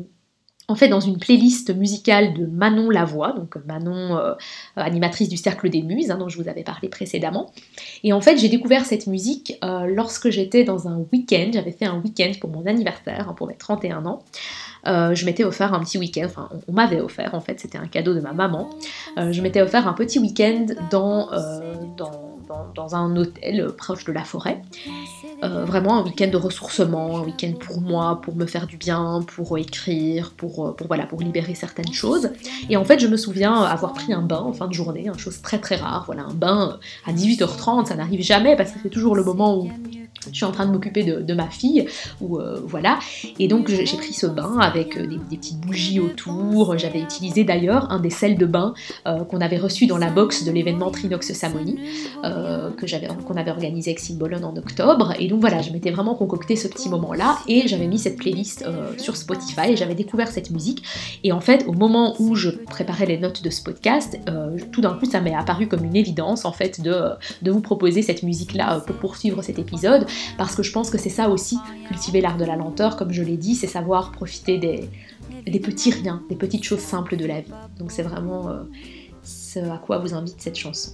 en fait dans une playlist musicale de Manon Lavoie, donc Manon, euh, animatrice du Cercle des Muses, hein, dont je vous avais parlé précédemment. Et en fait, j'ai découvert cette musique euh, lorsque j'étais dans un week-end, j'avais fait un week-end pour mon anniversaire, hein, pour mes trente et un ans. Euh, je m'étais offert un petit week-end, enfin on, on m'avait offert en fait, c'était un cadeau de ma maman, euh, je m'étais offert un petit week-end dans, euh, dans, dans, dans un hôtel proche de la forêt, euh, vraiment un week-end de ressourcement, un week-end pour moi, pour me faire du bien, pour écrire, pour, pour, voilà, pour libérer certaines choses, et en fait je me souviens avoir pris un bain en fin de journée, une chose très très rare, voilà, un bain à dix-huit heures trente, ça n'arrive jamais parce que c'est toujours le moment où je suis en train de m'occuper de, de ma fille, ou euh, voilà, et donc j'ai pris ce bain avec des, des petites bougies autour. J'avais utilisé d'ailleurs un des sels de bain euh, qu'on avait reçu dans la box de l'événement Trinox Samoni, euh, que j'avais, qu'on avait organisé avec Symbolon en octobre, et donc voilà, je m'étais vraiment concocté ce petit moment-là, et j'avais mis cette playlist euh, sur Spotify, et j'avais découvert cette musique, et en fait, au moment où je préparais les notes de ce podcast, euh, tout d'un coup, ça m'est apparu comme une évidence, en fait, de, de vous proposer cette musique-là pour poursuivre cet épisode, parce que je pense que c'est ça aussi, cultiver l'art de la lenteur, comme je l'ai dit, c'est savoir profiter des, des petits riens, des petites choses simples de la vie. Donc c'est vraiment euh, ce à quoi vous invite cette chanson.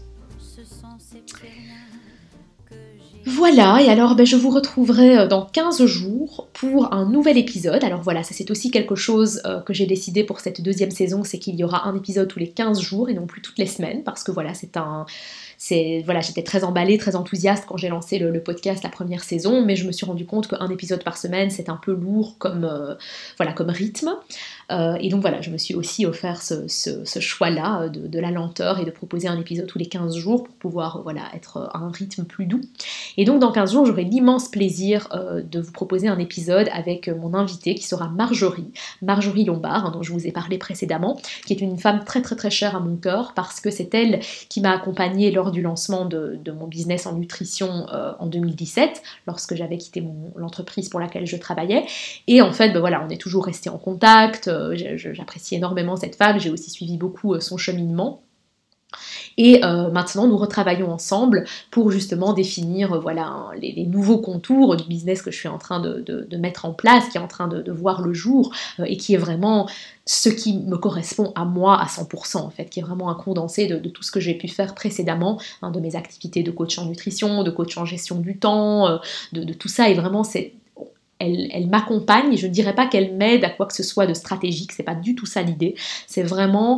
Voilà, et alors ben, je vous retrouverai dans quinze jours pour un nouvel épisode. Alors voilà, ça c'est aussi quelque chose euh, que j'ai décidé pour cette deuxième saison, c'est qu'il y aura un épisode tous les quinze jours et non plus toutes les semaines, parce que voilà, c'est un... C'est, voilà, j'étais très emballée, très enthousiaste quand j'ai lancé le, le podcast la première saison, mais je me suis rendu compte qu'un épisode par semaine, c'est un peu lourd comme, euh, voilà, comme rythme. Euh, et donc voilà, je me suis aussi offert ce, ce, ce choix-là de, de la lenteur et de proposer un épisode tous les quinze jours pour pouvoir voilà, être à un rythme plus doux. Et donc dans quinze jours, j'aurai l'immense plaisir euh, de vous proposer un épisode avec mon invitée qui sera Marjorie, Marjorie Lombard, hein, dont je vous ai parlé précédemment, qui est une femme très très très chère à mon cœur parce que c'est elle qui m'a accompagnée lors du lancement de, de mon business en nutrition euh, en deux mille dix-sept, lorsque j'avais quitté mon, l'entreprise pour laquelle je travaillais. Et en fait, ben voilà, on est toujours resté en contact, euh, j'apprécie énormément cette femme, j'ai aussi suivi beaucoup euh, son cheminement. Et euh, maintenant, nous retravaillons ensemble pour justement définir euh, voilà, hein, les, les nouveaux contours du business que je suis en train de, de, de mettre en place, qui est en train de, de voir le jour euh, et qui est vraiment ce qui me correspond à moi à cent pour cent en fait, qui est vraiment un condensé de, de tout ce que j'ai pu faire précédemment, hein, de mes activités de coach en nutrition, de coach en gestion du temps, euh, de, de tout ça, et vraiment c'est... Elle, elle m'accompagne, et je ne dirais pas qu'elle m'aide à quoi que ce soit de stratégique, c'est pas du tout ça l'idée, c'est vraiment...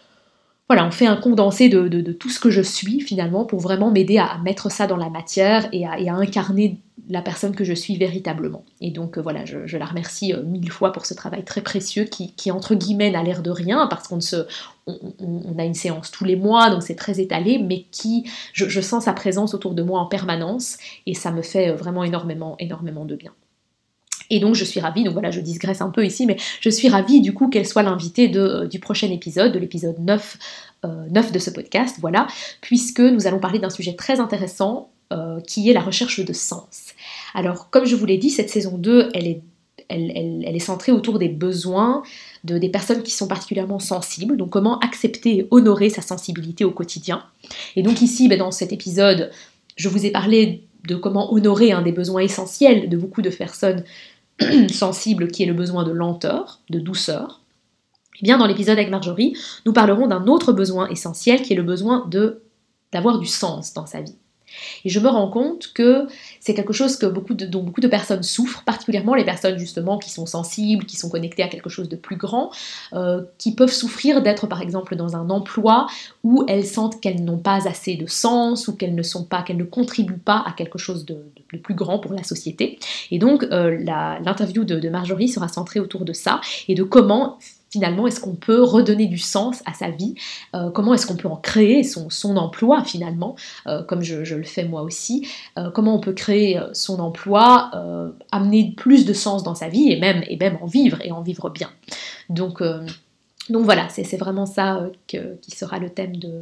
Voilà, on fait un condensé de, de, de tout ce que je suis finalement pour vraiment m'aider à, à mettre ça dans la matière et à, et à incarner la personne que je suis véritablement. Et donc euh, voilà, je, je la remercie euh, mille fois pour ce travail très précieux qui, qui entre guillemets n'a l'air de rien parce qu'on ne se, on, on, on a une séance tous les mois, donc c'est très étalé, mais qui, je, je sens sa présence autour de moi en permanence et ça me fait vraiment énormément, énormément de bien. Et donc je suis ravie, donc voilà, je digresse un peu ici, mais je suis ravie du coup qu'elle soit l'invitée de, du prochain épisode, de l'épisode neuf, euh, neuf de ce podcast, voilà, puisque nous allons parler d'un sujet très intéressant euh, qui est la recherche de sens. Alors comme je vous l'ai dit, cette saison deux, elle est, elle, elle, elle est centrée autour des besoins de, des personnes qui sont particulièrement sensibles, donc comment accepter et honorer sa sensibilité au quotidien. Et donc ici, ben, dans cet épisode, je vous ai parlé de comment honorer un des besoins essentiels de beaucoup de personnes sensible qui est le besoin de lenteur, de douceur. Et bien dans l'épisode avec Marjorie, nous parlerons d'un autre besoin essentiel qui est le besoin de, d'avoir du sens dans sa vie. Et je me rends compte que c'est quelque chose que beaucoup de, dont beaucoup de personnes souffrent, particulièrement les personnes justement qui sont sensibles, qui sont connectées à quelque chose de plus grand, euh, qui peuvent souffrir d'être par exemple dans un emploi où elles sentent qu'elles n'ont pas assez de sens ou qu'elles ne sont pas, qu'elles ne contribuent pas à quelque chose de, de, de plus grand pour la société. Et donc euh, la, l'interview de, de Marjorie sera centrée autour de ça et de comment finalement, est-ce qu'on peut redonner du sens à sa vie, euh, comment est-ce qu'on peut en créer son, son emploi finalement, euh, comme je, je le fais moi aussi, euh, comment on peut créer son emploi, euh, amener plus de sens dans sa vie et même, et même en vivre et en vivre bien. Donc, euh, donc voilà, c'est, c'est vraiment ça euh, que, qui sera le thème de,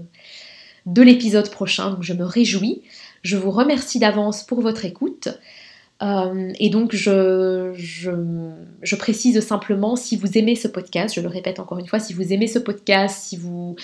de l'épisode prochain, donc je me réjouis. Je vous remercie d'avance pour votre écoute. Euh, et donc je, je, je précise simplement, si vous aimez ce podcast, je le répète encore une fois, si vous aimez ce podcast, si vous,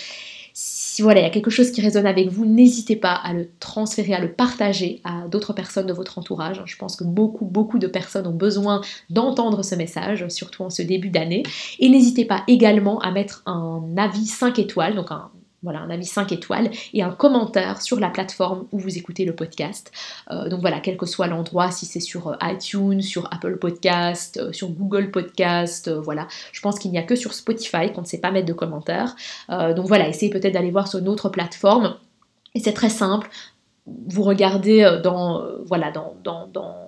si voilà, il y a quelque chose qui résonne avec vous, n'hésitez pas à le transférer, à le partager à d'autres personnes de votre entourage. Je pense que beaucoup, beaucoup de personnes ont besoin d'entendre ce message, surtout en ce début d'année. Et n'hésitez pas également à mettre un avis cinq étoiles, donc un Voilà, un avis cinq étoiles et un commentaire sur la plateforme où vous écoutez le podcast. Euh, donc voilà, quel que soit l'endroit, si c'est sur iTunes, sur Apple Podcast, euh, sur Google Podcast, euh, voilà. Je pense qu'il n'y a que sur Spotify qu'on ne sait pas mettre de commentaires. Euh, donc voilà, essayez peut-être d'aller voir sur une autre plateforme. Et c'est très simple. Vous regardez dans, euh, voilà, dans, dans, dans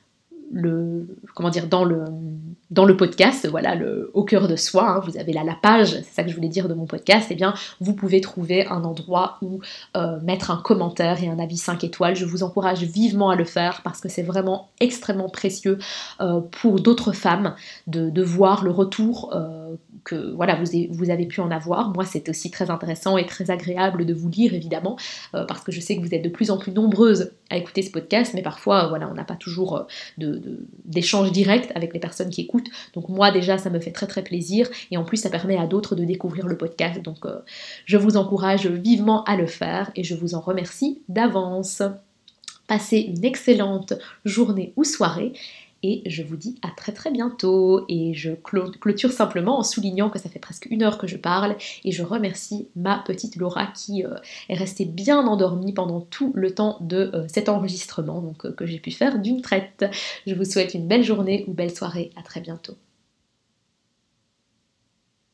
le, comment dire, dans le, dans le podcast, voilà, le, au cœur de soi, hein, vous avez là la page, c'est ça que je voulais dire de mon podcast, et eh bien vous pouvez trouver un endroit où euh, mettre un commentaire et un avis cinq étoiles. Je vous encourage vivement à le faire parce que c'est vraiment extrêmement précieux euh, pour d'autres femmes de, de voir le retour euh, que voilà, vous, avez, vous avez pu en avoir. Moi, c'est aussi très intéressant et très agréable de vous lire, évidemment, euh, parce que je sais que vous êtes de plus en plus nombreuses à écouter ce podcast, mais parfois, euh, voilà, on n'a pas toujours euh, de, de, d'échanges directs avec les personnes qui écoutent. Donc moi, déjà, ça me fait très très plaisir, et en plus, ça permet à d'autres de découvrir le podcast. Donc, euh, je vous encourage vivement à le faire, et je vous en remercie d'avance. Passez une excellente journée ou soirée, et je vous dis à très très bientôt. Et je clôture simplement en soulignant que ça fait presque une heure que je parle, et je remercie ma petite Laura qui euh, est restée bien endormie pendant tout le temps de euh, cet enregistrement, donc euh, que j'ai pu faire d'une traite. Je vous souhaite une belle journée ou belle soirée, à très bientôt.